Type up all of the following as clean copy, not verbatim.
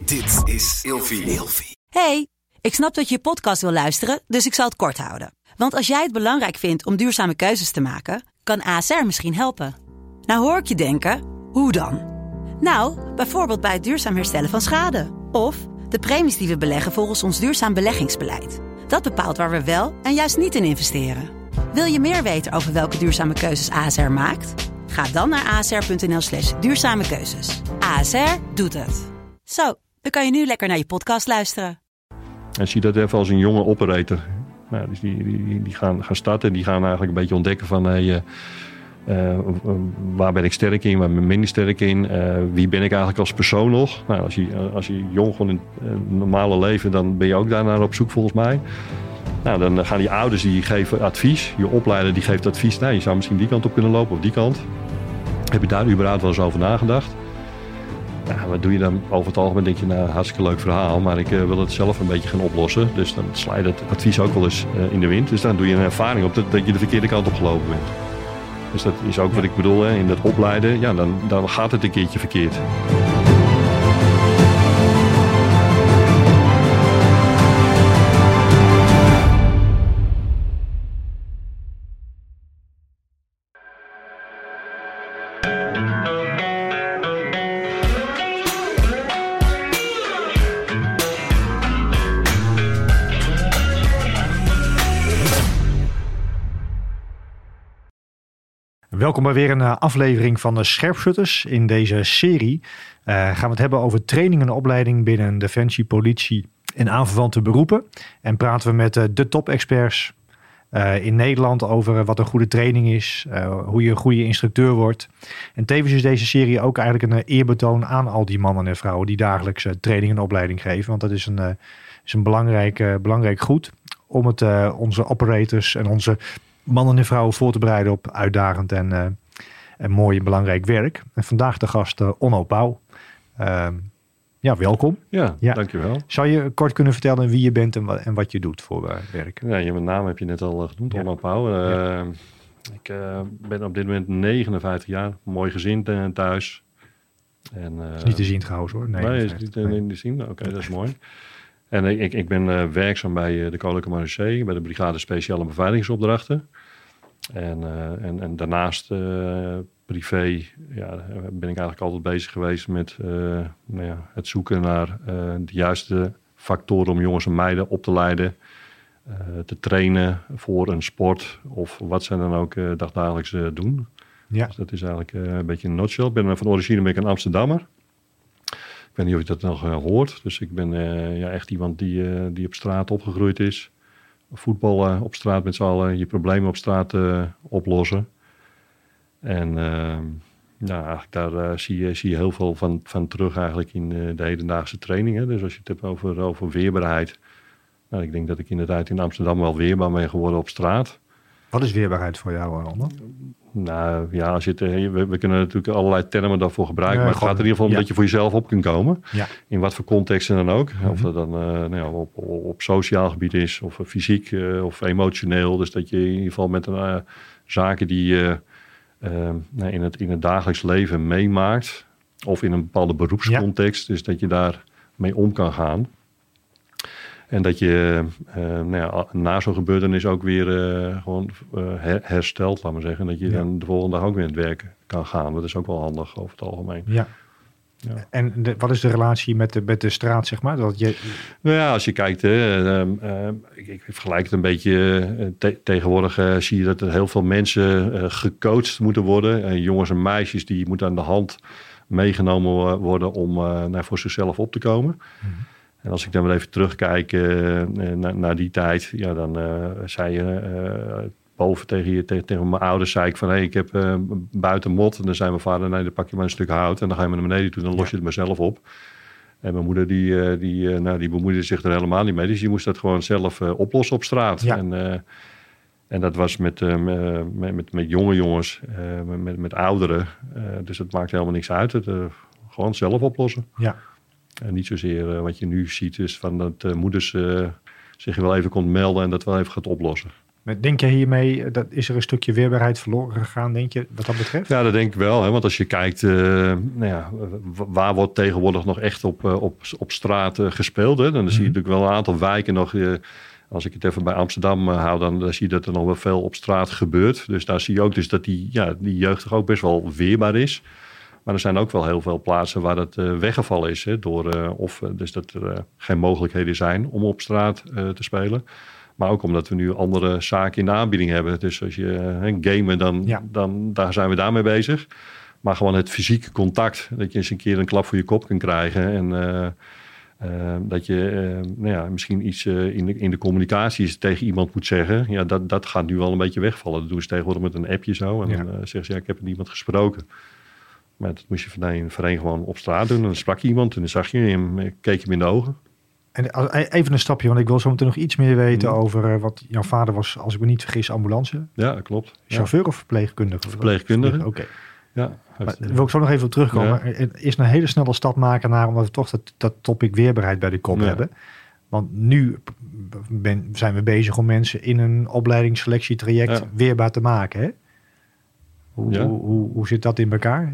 Dit is Ilfie. Hey, ik snap dat je je podcast wil luisteren, dus ik zal het kort houden. Want als jij het belangrijk vindt om duurzame keuzes te maken, kan ASR misschien helpen. Nou hoor ik je denken, hoe dan? Nou, bijvoorbeeld bij het duurzaam herstellen van schade. Of de premies die we beleggen volgens ons duurzaam beleggingsbeleid. Dat bepaalt waar we wel en juist niet in investeren. Wil je meer weten over welke duurzame keuzes ASR maakt? Ga dan naar asr.nl/duurzame keuzes. ASR doet het. Zo, dan kan je nu lekker naar je podcast luisteren. En zie dat even als een jonge operator. Nou, dus die gaan starten en die gaan eigenlijk een beetje ontdekken van... waar ben ik sterk in, waar ben ik minder sterk in? Wie ben ik eigenlijk als persoon nog? Nou, als je jong gewoon in het normale leven, dan ben je ook daarnaar op zoek volgens mij. Nou, dan gaan die ouders die geven advies. Je opleider die geeft advies. Nou, je zou misschien die kant op kunnen lopen of die kant. Heb je daar überhaupt wel eens over nagedacht? Nou, wat doe je dan over het algemeen? Denk je, nou, hartstikke leuk verhaal, maar ik wil het zelf een beetje gaan oplossen. Dus dan sla je dat advies ook wel eens in de wind. Dus dan doe je een ervaring op dat je de verkeerde kant op gelopen bent. Dus dat is ook wat ik bedoel, hè, in dat opleiden. Ja, dan gaat het een keertje verkeerd. Welkom bij weer een aflevering van de Scherpschutters. In deze serie gaan we het hebben over training en opleiding binnen defensie, politie en aanverwante beroepen. En praten we met de top-experts in Nederland over wat een goede training is, hoe je een goede instructeur wordt. En tevens is deze serie ook eigenlijk een eerbetoon aan al die mannen en vrouwen die dagelijks training en opleiding geven. Want dat is een belangrijk goed om het onze operators en onze mannen en vrouwen voor te bereiden op uitdagend en mooi en belangrijk werk. En vandaag de gast Onno Pauw. Welkom. Ja, dankjewel. Zou je kort kunnen vertellen wie je bent en wat je doet voor werk? Ja, mijn naam heb je net al genoemd, Onno Pauw. Ik ben op dit moment 59 jaar, mooi gezin thuis. Is niet te zien trouwens hoor. Nee, is niet te zien. Oké, dat is mooi. En ik ben werkzaam bij de Koninklijke Marechaussee, bij de Brigade Speciale Beveiligingsopdrachten. En daarnaast privé ben ik eigenlijk altijd bezig geweest met het zoeken naar de juiste factoren om jongens en meiden op te leiden. Te trainen voor een sport of wat zij dan ook dagdagelijks doen. Ja. Dus dat is eigenlijk een beetje een nutshell. Van origine ben ik een Amsterdammer. Ik weet niet of je dat nog hoort. Dus ik ben echt iemand die op straat opgegroeid is. Voetballen op straat met z'n allen. Je problemen op straat oplossen. En eigenlijk daar zie je heel veel van terug eigenlijk in de hedendaagse trainingen. Dus als je het hebt over weerbaarheid. Nou, ik denk dat ik inderdaad in Amsterdam wel weerbaar ben geworden op straat. Wat is weerbaarheid voor jou, Onno? Nou ja, we kunnen natuurlijk allerlei termen daarvoor gebruiken. Maar het gaat er in ieder geval om dat je voor jezelf op kunt komen. Ja. In wat voor contexten dan ook. Mm-hmm. Of dat dan op sociaal gebied is, of fysiek of emotioneel. Dus dat je in ieder geval met zaken die je in het dagelijks leven meemaakt. Of in een bepaalde beroepscontext. Ja. Dus dat je daar mee om kan gaan. En dat je na zo'n gebeurtenis ook weer herstelt, laat maar zeggen. Dat je dan de volgende dag ook weer in het werk kan gaan. Dat is ook wel handig over het algemeen. Ja. Ja. En wat is de relatie met de straat, zeg maar? Nou ja, als je kijkt, ik vergelijk het een beetje. Tegenwoordig zie je dat er heel veel mensen gecoacht moeten worden. Jongens en meisjes die moeten aan de hand meegenomen worden om voor zichzelf op te komen. Mm-hmm. En als ik dan weer even terugkijk naar die tijd, ja, dan zei je boven tegen mijn ouders, zei ik van ik heb buiten mot. En dan zei mijn vader, nee, dan pak je maar een stuk hout en dan ga je maar naar beneden toe, dan los je het maar zelf op. En mijn moeder die bemoeide zich er helemaal niet mee, dus je moest dat gewoon zelf oplossen op straat. Ja. En dat was met jonge jongens, met ouderen, dus het maakt helemaal niks uit. Gewoon zelf oplossen. Ja. En niet zozeer wat je nu ziet is van dat moeders zich wel even komt melden en dat wel even gaat oplossen. Maar denk je hiermee, is er een stukje weerbaarheid verloren gegaan, denk je, wat dat betreft? Ja, dat denk ik wel. Hè? Want als je kijkt, waar wordt tegenwoordig nog echt op straat gespeeld? Hè? Dan zie je natuurlijk wel een aantal wijken nog. Als ik het even bij Amsterdam hou, dan zie je dat er nog wel veel op straat gebeurt. Dus daar zie je ook dus dat die jeugd toch ook best wel weerbaar is. Maar er zijn ook wel heel veel plaatsen waar dat weggevallen is. Hè? Dus dat er geen mogelijkheden zijn om op straat te spelen. Maar ook omdat we nu andere zaken in de aanbieding hebben. Dus als je gamen, dan daar zijn we daarmee bezig. Maar gewoon het fysieke contact. Dat je eens een keer een klap voor je kop kan krijgen. En dat je misschien iets in de communicatie tegen iemand moet zeggen. Ja, dat gaat nu wel een beetje wegvallen. Dat doen ze tegenwoordig met een appje zo. En dan zeggen ze, ik heb met iemand gesproken. Maar dat moest je voorheen gewoon op straat doen. En dan sprak je iemand en dan zag je hem, keek je hem in de ogen. En even een stapje, want ik wil zo meteen nog iets meer weten over wat jouw vader was, als ik me niet vergis, ambulance. Ja, dat klopt. Chauffeur of verpleegkundige? Verpleegkundige. Oké. Ja. Maar daar wil ik zo nog even op terugkomen. Ja. Er is een hele snelle stap maken naar, omdat we toch dat topic weerbaarheid bij de kop hebben. Want nu zijn we bezig om mensen in een opleidingsselectietraject weerbaar te maken, hè? Hoe zit dat in elkaar?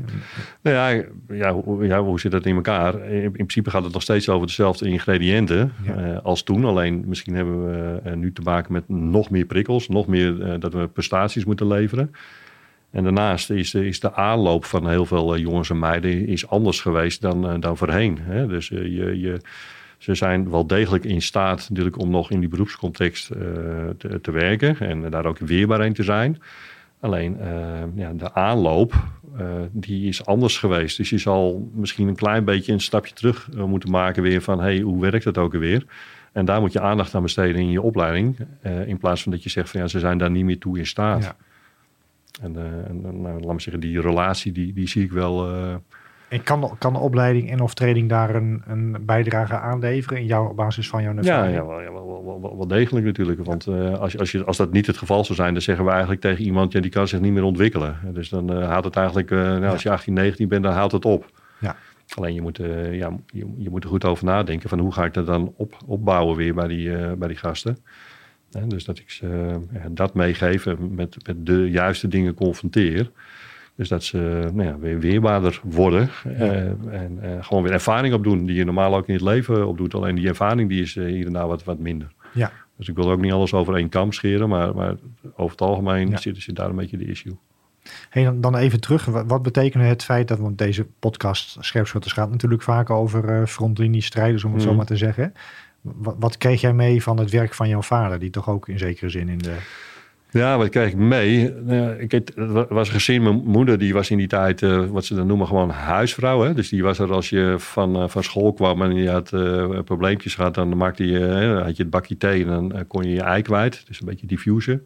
Hoe zit dat in elkaar? In principe gaat het nog steeds over dezelfde ingrediënten als toen. Alleen misschien hebben we nu te maken met nog meer prikkels. Nog meer dat we prestaties moeten leveren. En daarnaast is de aanloop van heel veel jongens en meiden is anders geweest dan voorheen. Hè? Dus ze zijn wel degelijk in staat natuurlijk om nog in die beroepscontext te werken. En daar ook weerbaar in te zijn. Alleen de aanloop die is anders geweest. Dus je zal misschien een klein beetje een stapje terug moeten maken weer van hoe werkt dat ook alweer? En daar moet je aandacht aan besteden in je opleiding. In plaats van dat je zegt van ze zijn daar niet meer toe in staat. Ja. En laat me zeggen, die relatie die zie ik wel. En kan de opleiding en of training daar een bijdrage aan leveren op basis van jouw ervaring? Ja, wel degelijk natuurlijk. Want als dat niet het geval zou zijn, dan zeggen we eigenlijk tegen iemand, die kan zich niet meer ontwikkelen. Dus dan houdt het eigenlijk, als je 18, 19 bent, dan houdt het op. Ja. Alleen je moet er goed over nadenken van hoe ga ik dat dan opbouwen weer bij die gasten. Dus dat ik ze dat meegeven met de juiste dingen confronteer. Dus dat ze weer weerbaarder worden. En gewoon weer ervaring opdoen die je normaal ook in het leven opdoet. Alleen die ervaring die is hier en daar wat minder. Ja. Dus ik wil ook niet alles over één kam scheren. Maar over het algemeen zit daar een beetje de issue. Hey, dan even terug. Wat betekent het feit dat, want deze podcast Scherpschutters gaat natuurlijk vaak over frontliniestrijders, om het zo maar te zeggen. Wat kreeg jij mee van het werk van jouw vader, die toch ook in zekere zin in de... Ja, wat kreeg ik mee? Het was een gezin, mijn moeder die was in die tijd, wat ze dan noemen, gewoon huisvrouw. Hè? Dus die was er als je van school kwam en je had probleempjes gehad, dan had je het bakje thee en dan kon je je ei kwijt. Dus een beetje diffuser.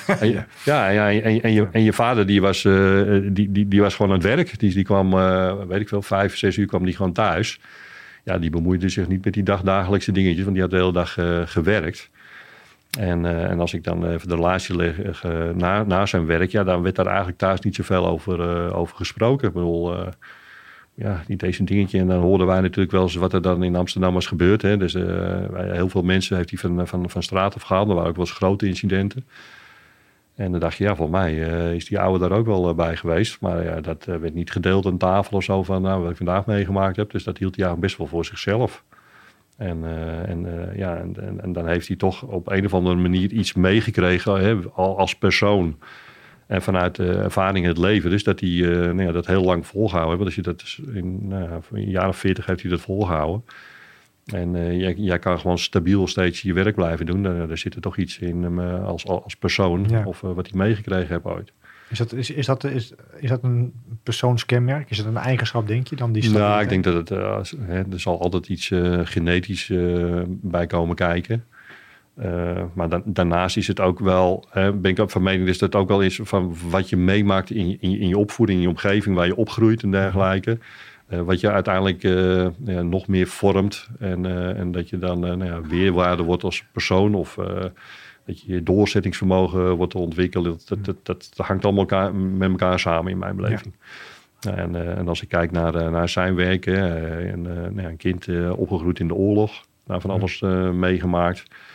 En je vader die was gewoon aan het werk. Die kwam, 5, 6 uur kwam die gewoon thuis. Ja, die bemoeide zich niet met die dagdagelijkse dingetjes, want die had de hele dag gewerkt. En als ik dan even de relatie leg na zijn werk, dan werd daar eigenlijk thuis niet zoveel over gesproken. Ik bedoel, niet deze dingetje. En dan hoorden wij natuurlijk wel eens wat er dan in Amsterdam was gebeurd. Hè. Dus heel veel mensen heeft hij van straat afgehaald. Er waren ook wel eens grote incidenten. En dan dacht je, volgens mij is die oude daar ook wel bij geweest. Maar dat werd niet gedeeld aan tafel of zo van wat ik vandaag meegemaakt heb. Dus dat hield hij eigenlijk best wel voor zichzelf. En dan heeft hij toch op een of andere manier iets meegekregen als persoon. En vanuit de ervaring in het leven. Dus dat hij dat heel lang volgehouden heeft. Want als je dat in een jaar of 40 heeft hij dat volgehouden. En jij kan gewoon stabiel steeds je werk blijven doen. Daar zit er toch iets in hem als persoon. Ja. Of wat hij meegekregen heeft ooit. Is dat een persoonskenmerk? Is dat een eigenschap, denk je? Dan die ik denk dat er zal altijd iets genetisch bij komen kijken. Maar daarnaast is het ook wel, ben ik ook van mening, dus dat het ook wel is van wat je meemaakt in je opvoeding, in je omgeving, waar je opgroeit en dergelijke. Wat je uiteindelijk nog meer vormt. En dat je dan weerwaarde wordt als persoon of... dat je doorzettingsvermogen wordt ontwikkeld. Dat hangt allemaal met elkaar samen in mijn beleving. Ja. En als ik kijk naar zijn werk. Een kind opgegroeid in de oorlog. Van alles meegemaakt.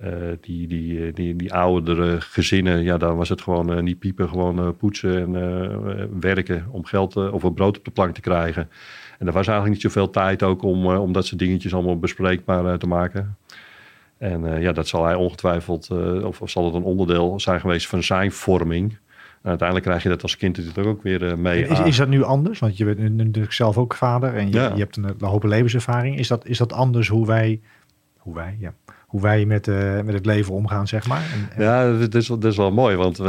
Die oudere gezinnen, ja, daar was het gewoon niet piepen, gewoon poetsen en werken om geld of een brood op de plank te krijgen. En er was eigenlijk niet zoveel tijd ook om dat soort dingetjes allemaal bespreekbaar te maken. En dat zal hij ongetwijfeld, of zal het een onderdeel zijn geweest van zijn vorming. En uiteindelijk krijg je dat als kind natuurlijk ook weer mee. Is dat nu anders? Want je bent natuurlijk zelf ook vader en je hebt een hoop levenservaring. Is dat anders hoe wij met het leven omgaan, zeg maar? Ja, dat is wel mooi, want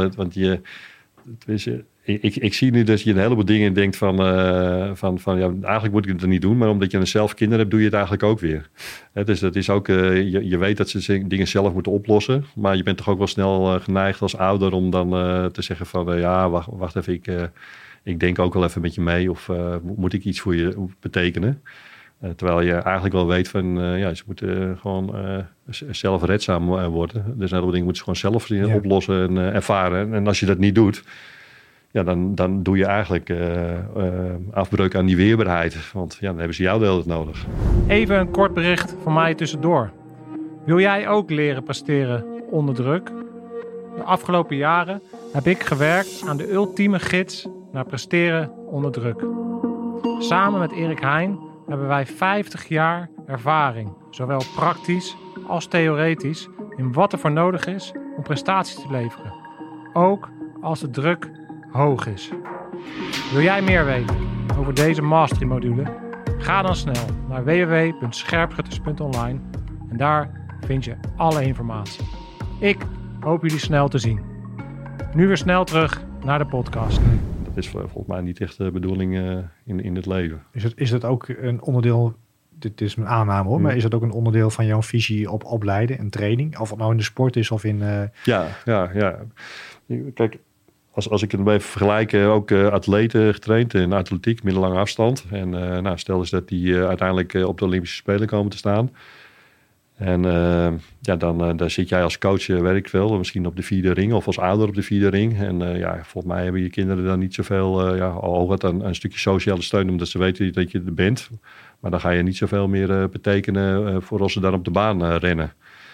ik zie nu dat je een heleboel dingen denkt van ja, eigenlijk moet ik het er niet doen, maar omdat je zelf kinderen hebt, doe je het eigenlijk ook weer. Dus dat is ook, je weet dat ze dingen zelf moeten oplossen, maar je bent toch ook wel snel geneigd als ouder om dan te zeggen van ja, wacht even, ik denk ook wel even met je mee of moet ik iets voor je betekenen? Terwijl je eigenlijk wel weet van, ze moeten gewoon zelfredzaam worden. Dus een heleboel dingen moeten ze gewoon zelf oplossen en ervaren. En als je dat niet doet, ja, dan doe je eigenlijk afbreuk aan die weerbaarheid. Want ja, dan hebben ze jou de hele tijd nodig. Even een kort bericht van mij tussendoor. Wil jij ook leren presteren onder druk? De afgelopen jaren heb ik gewerkt aan de ultieme gids naar presteren onder druk. Samen met Erik Heijn hebben wij 50 jaar ervaring, zowel praktisch als theoretisch, in wat er voor nodig is om prestaties te leveren. Ook als de druk hoog is. Wil jij meer weten over deze mastery-module? Ga dan snel naar www.scherpschutters.online en daar vind je alle informatie. Ik hoop jullie snel te zien. Nu weer snel terug naar de podcast. Dat is volgens mij niet echt de bedoeling in het leven. Is dat ook een onderdeel, dit is een aanname hoor, maar is dat ook een onderdeel van jouw visie op opleiden en training? Of het nou in de sport is of in... Ja. Kijk, als ik het even vergelijk, ook atleten getraind in atletiek, middellange afstand. En stel eens dat die uiteindelijk op de Olympische Spelen komen te staan. En dan zit jij als coach, weet ik veel, misschien op de 4e ring of als ouder op de 4e ring. En volgens mij hebben je kinderen dan niet zoveel, al wat een stukje sociale steun, omdat ze weten dat je er bent. Maar dan ga je niet zoveel meer betekenen voor als ze dan op de baan rennen.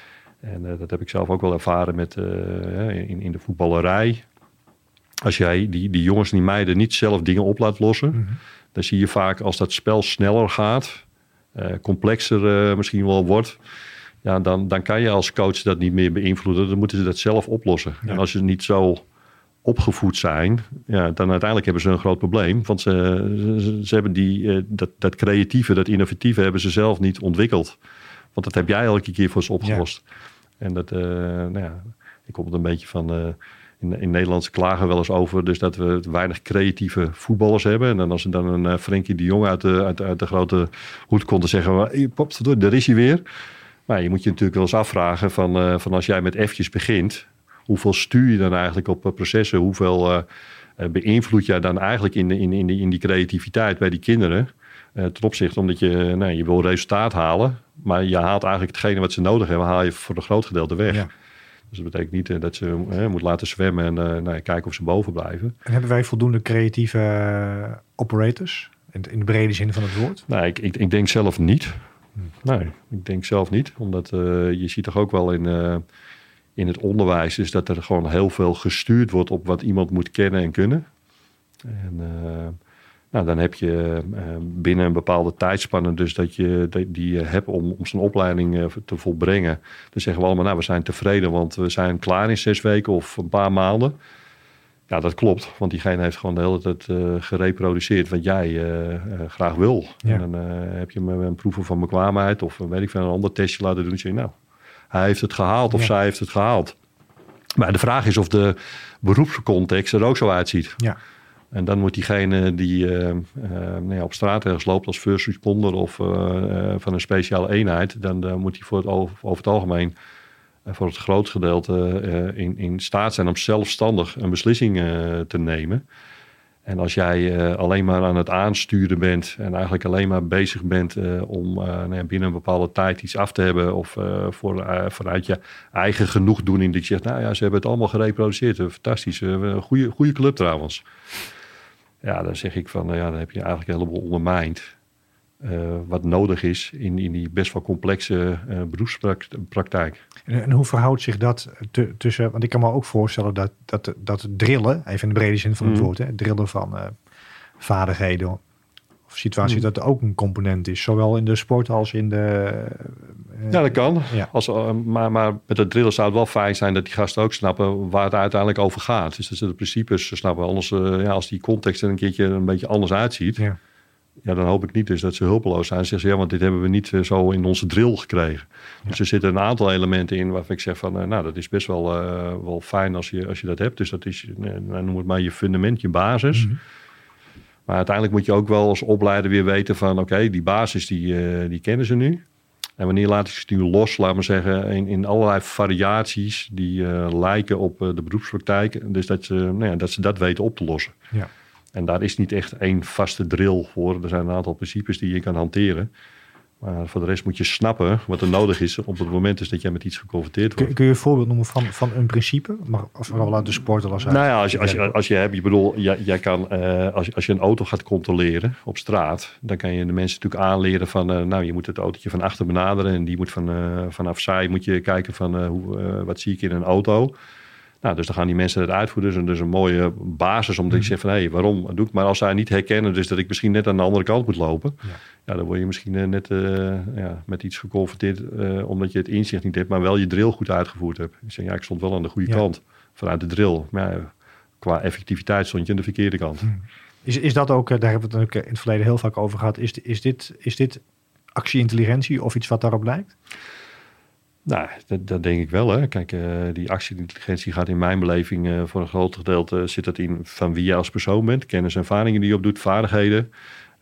En dat heb ik zelf ook wel ervaren met in de voetballerij. Als jij die jongens en die meiden niet zelf dingen op laat lossen, dan zie je vaak als dat spel sneller gaat, complexer misschien wel wordt, ja, dan kan je als coach dat niet meer beïnvloeden. Dan moeten ze dat zelf oplossen. Ja. En als ze niet zo opgevoed zijn, ja, dan uiteindelijk hebben ze een groot probleem. Want ze hebben dat creatieve, dat innovatieve hebben ze zelf niet ontwikkeld. Want dat heb jij elke keer voor ze opgelost. Ja. En dat, ik kom het een beetje van... In Nederland klagen we wel eens over dus dat we weinig creatieve voetballers hebben. En dan als er dan een Frenkie de Jong uit de grote hoed komt te zeggen, daar is hij weer. Maar je moet je natuurlijk wel eens afvragen van als jij met F'tjes begint, hoeveel stuur je dan eigenlijk op processen? Hoeveel beïnvloed jij dan eigenlijk in die creativiteit bij die kinderen? Ten opzichte omdat je wil resultaat halen, maar je haalt eigenlijk hetgene wat ze nodig hebben, haal je voor een groot gedeelte weg. Ja. Dus dat betekent niet dat ze moet laten zwemmen en kijken of ze boven blijven. En hebben wij voldoende creatieve operators in de brede zin van het woord? Nee, ik denk zelf niet. Nee, ik denk zelf niet. Omdat je ziet toch ook wel in het onderwijs is dat er gewoon heel veel gestuurd wordt op wat iemand moet kennen en kunnen. En dan heb je binnen een bepaalde tijdspanne dus dat je die hebt om zijn opleiding te volbrengen. Dan zeggen we allemaal, we zijn tevreden, want we zijn klaar in 6 weken of een paar maanden. Ja, dat klopt, want diegene heeft gewoon de hele tijd gereproduceerd wat jij graag wil. Ja. En dan heb je een proeven van bekwaamheid of weet ik veel, een ander testje laten doen. En zeg je, hij heeft het gehaald of zij heeft het gehaald. Maar de vraag is of de beroepscontext er ook zo uitziet. Ja. En dan moet diegene die op straat ergens loopt als first responder of van een speciale eenheid, dan moet hij over het algemeen voor het grootste gedeelte in staat zijn om zelfstandig een beslissing te nemen. En als jij alleen maar aan het aansturen bent en eigenlijk alleen maar bezig bent om binnen een bepaalde tijd iets af te hebben of vanuit je eigen genoegdoening dat je zegt, ze hebben het allemaal gereproduceerd, fantastisch, een goede club trouwens. Ja, dan zeg ik van, dan heb je eigenlijk een heleboel ondermijnd. wat nodig is in die best wel complexe beroepspraktijk. En hoe verhoudt zich dat tussen... Want ik kan me ook voorstellen dat drillen, even in de brede zin van het woord, het drillen van vaardigheden of situatie, dat er ook een component is. Zowel in de sport als in de... Ja, dat kan. Ja. Maar met het drillen zou het wel fijn zijn dat die gasten ook snappen waar het uiteindelijk over gaat. Dus dat ze de principes snappen. Anders, als die context er een keertje een beetje anders uitziet... Ja, dan hoop ik niet dus dat ze hulpeloos zijn. Ze zeggen, want dit hebben we niet zo in onze drill gekregen. Ja. Dus er zitten een aantal elementen in waarvan ik zeg van... dat is best wel fijn als je dat hebt. Dus dat is, noem het maar je fundament, je basis. Mm-hmm. Maar uiteindelijk moet je ook wel als opleider weer weten van... oké, die basis die kennen ze nu. En wanneer laat ik ze nu los, laat maar zeggen... in allerlei variaties die lijken op de beroepspraktijk. Dus dat ze dat weten op te lossen. Ja. En daar is niet echt één vaste drill voor. Er zijn een aantal principes die je kan hanteren. Maar voor de rest moet je snappen wat er nodig is... op het moment is dat jij met iets geconfronteerd wordt. Kun je een voorbeeld noemen van een principe? Maar vooral uit de sport als uit... Nou ja, als je hebt... Ik bedoel, jij kan... Als je een auto gaat controleren op straat... dan kan je de mensen natuurlijk aanleren van... je moet het autootje van achter benaderen... en die moet vanaf zij moet je kijken van... wat zie ik in een auto... Nou, dus dan gaan die mensen het uitvoeren. Dus dat is een mooie basis om te zeggen van... hé, waarom doe ik? Maar als zij niet herkennen... dus dat ik misschien net aan de andere kant moet lopen... Ja, dan word je misschien net met iets geconfronteerd... omdat je het inzicht niet hebt... maar wel je drill goed uitgevoerd hebt. Ik zeg, ik stond wel aan de goede kant vanuit de drill. Maar qua effectiviteit stond je aan de verkeerde kant. Is dat ook, daar hebben we het in het verleden heel vaak over gehad... Is dit actie-intelligentie of iets wat daarop lijkt? Nou, dat denk ik wel. Hè. Kijk, die actie-intelligentie gaat in mijn beleving... voor een groot gedeelte zit dat in van wie jij als persoon bent. Kennis en ervaringen die je opdoet, vaardigheden.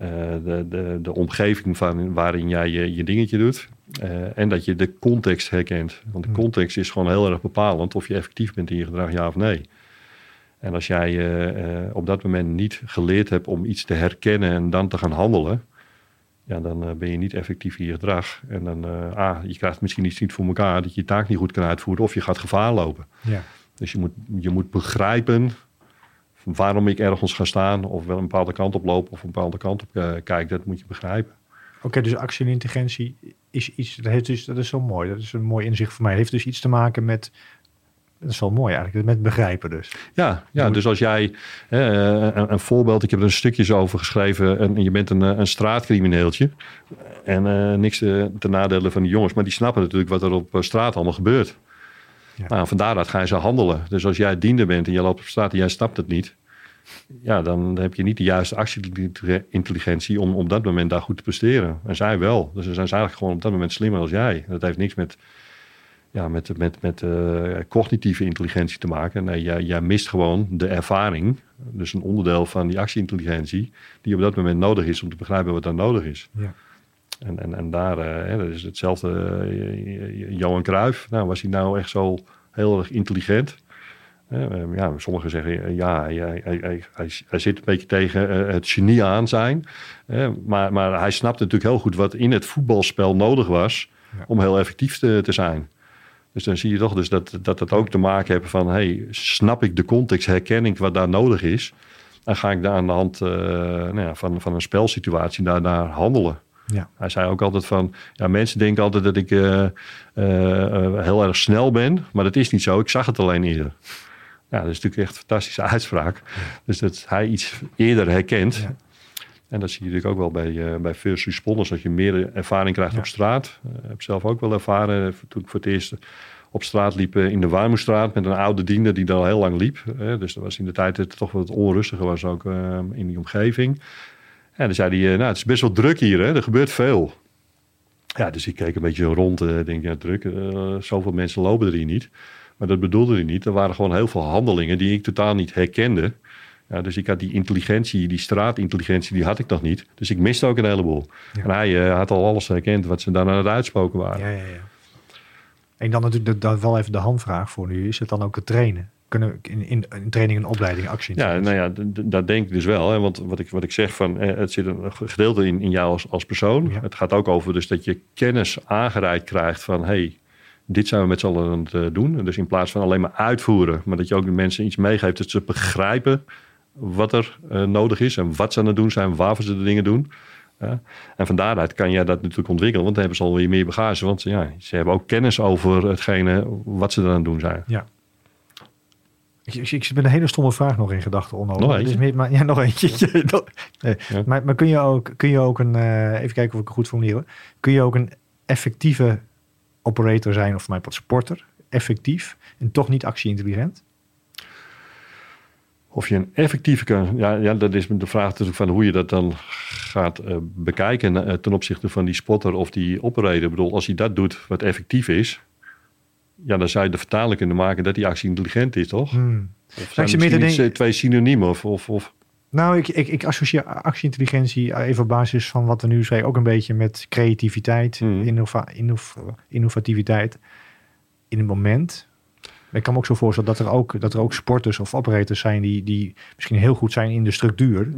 De omgeving waarin jij je dingetje doet. En dat je de context herkent. Want de context is gewoon heel erg bepalend... of je effectief bent in je gedrag, ja of nee. En als jij op dat moment niet geleerd hebt om iets te herkennen... en dan te gaan handelen... ja, dan ben je niet effectief in je gedrag. En dan, je krijgt misschien iets niet voor elkaar... dat je je taak niet goed kan uitvoeren... of je gaat gevaar lopen. Ja. Dus je moet begrijpen... waarom ik ergens ga staan... of wel een bepaalde kant op loop... of een bepaalde kant op kijk. Dat moet je begrijpen. Oké, dus actie en intelligentie is iets... dat is zo mooi. Dat is een mooi inzicht voor mij. Het heeft dus iets te maken met... Dat is wel mooi eigenlijk, met begrijpen dus. Ja, dus als jij een voorbeeld... Ik heb er een stukjes over geschreven... en je bent een straatcrimineeltje... en niks ten nadele van die jongens... maar die snappen natuurlijk wat er op straat allemaal gebeurt. Ja. Nou, van daaruit gaan ze handelen. Dus als jij diender bent en je loopt op straat... en jij snapt het niet... ja, dan heb je niet de juiste actie-intelligentie... om op dat moment daar goed te presteren. En zij wel. Dus dan zijn ze eigenlijk gewoon op dat moment slimmer als jij. Dat heeft niks met cognitieve intelligentie te maken. Nee, jij mist gewoon de ervaring. Dus een onderdeel van die actie-intelligentie... die op dat moment nodig is om te begrijpen wat daar nodig is. Ja. En daar dat is hetzelfde. Johan Cruijff, was hij nou echt zo heel erg intelligent? Sommigen zeggen, hij zit een beetje tegen het genie aan zijn. Maar hij snapte natuurlijk heel goed wat in het voetbalspel nodig was... om heel effectief te zijn. Dus dan zie je toch dus dat ook te maken heeft van... snap ik de context, herken ik wat daar nodig is... en ga ik daar aan de hand van een spelsituatie daar handelen. Ja. Hij zei ook altijd van... mensen denken altijd dat ik heel erg snel ben... maar dat is niet zo, ik zag het alleen eerder. Ja, dat is natuurlijk echt een fantastische uitspraak. Ja. Dus dat hij iets eerder herkent... Ja. En dat zie je natuurlijk ook wel bij first responders... dat je meer ervaring krijgt op straat. Ik heb zelf ook wel ervaren toen ik voor het eerst op straat liep... in de Warmoestraat met een oude diender die daar al heel lang liep. Dus dat was in de tijd dat het toch wat onrustiger was ook in die omgeving. En dan zei hij, het is best wel druk hier, hè? Er gebeurt veel. Ja, dus ik keek een beetje rond en denk, druk. Zoveel mensen lopen er hier niet. Maar dat bedoelde hij niet. Er waren gewoon heel veel handelingen die ik totaal niet herkende... Ja, dus ik had die intelligentie, die straatintelligentie, die had ik nog niet. Dus ik miste ook een heleboel. Ja. En hij had al alles herkend wat ze dan aan het uitspoken waren. Ja. En dan natuurlijk dat wel even de handvraag voor nu. Is het dan ook het trainen? Kunnen in training en opleiding actie? Ja, dat denk ik dus wel. Hè? Want wat ik zeg, het zit een gedeelte in jou als persoon. Ja. Het gaat ook over dus dat je kennis aangereikt krijgt van... dit zijn we met z'n allen aan het doen. Dus in plaats van alleen maar uitvoeren... maar dat je ook de mensen iets meegeeft dat ze begrijpen... wat er nodig is en wat ze aan het doen zijn, waarvoor ze de dingen doen. Ja? En van daaruit kan jij dat natuurlijk ontwikkelen, want dan hebben ze alweer meer bagage. Want ze hebben ook kennis over hetgene wat ze er aan het doen zijn. Ja. Ik zit met een hele stomme vraag nog in gedachten, Onno. Nog eentje? Nog eentje. Nee. Ja. Maar kun je ook een, even kijken of ik het goed formuleer. Kun je ook een effectieve operator zijn, of voor mij wat sporter, effectief en toch niet actie-intelligent? Of je een effectieve kan... Ja, dat is de vraag natuurlijk van hoe je dat dan gaat bekijken ten opzichte van die spotter of die operator. Ik bedoel, als hij dat doet wat effectief is, ja, dan zou je de vertaling kunnen maken dat die actie intelligent is, toch? Of zijn misschien twee synoniemen? Of... Nou, ik associeer actie-intelligentie even op basis van wat we nu zeggen ook een beetje met creativiteit, innovativiteit in het moment. Ik kan me ook zo voorstellen dat er ook sporters of operators zijn die misschien heel goed zijn in de structuur.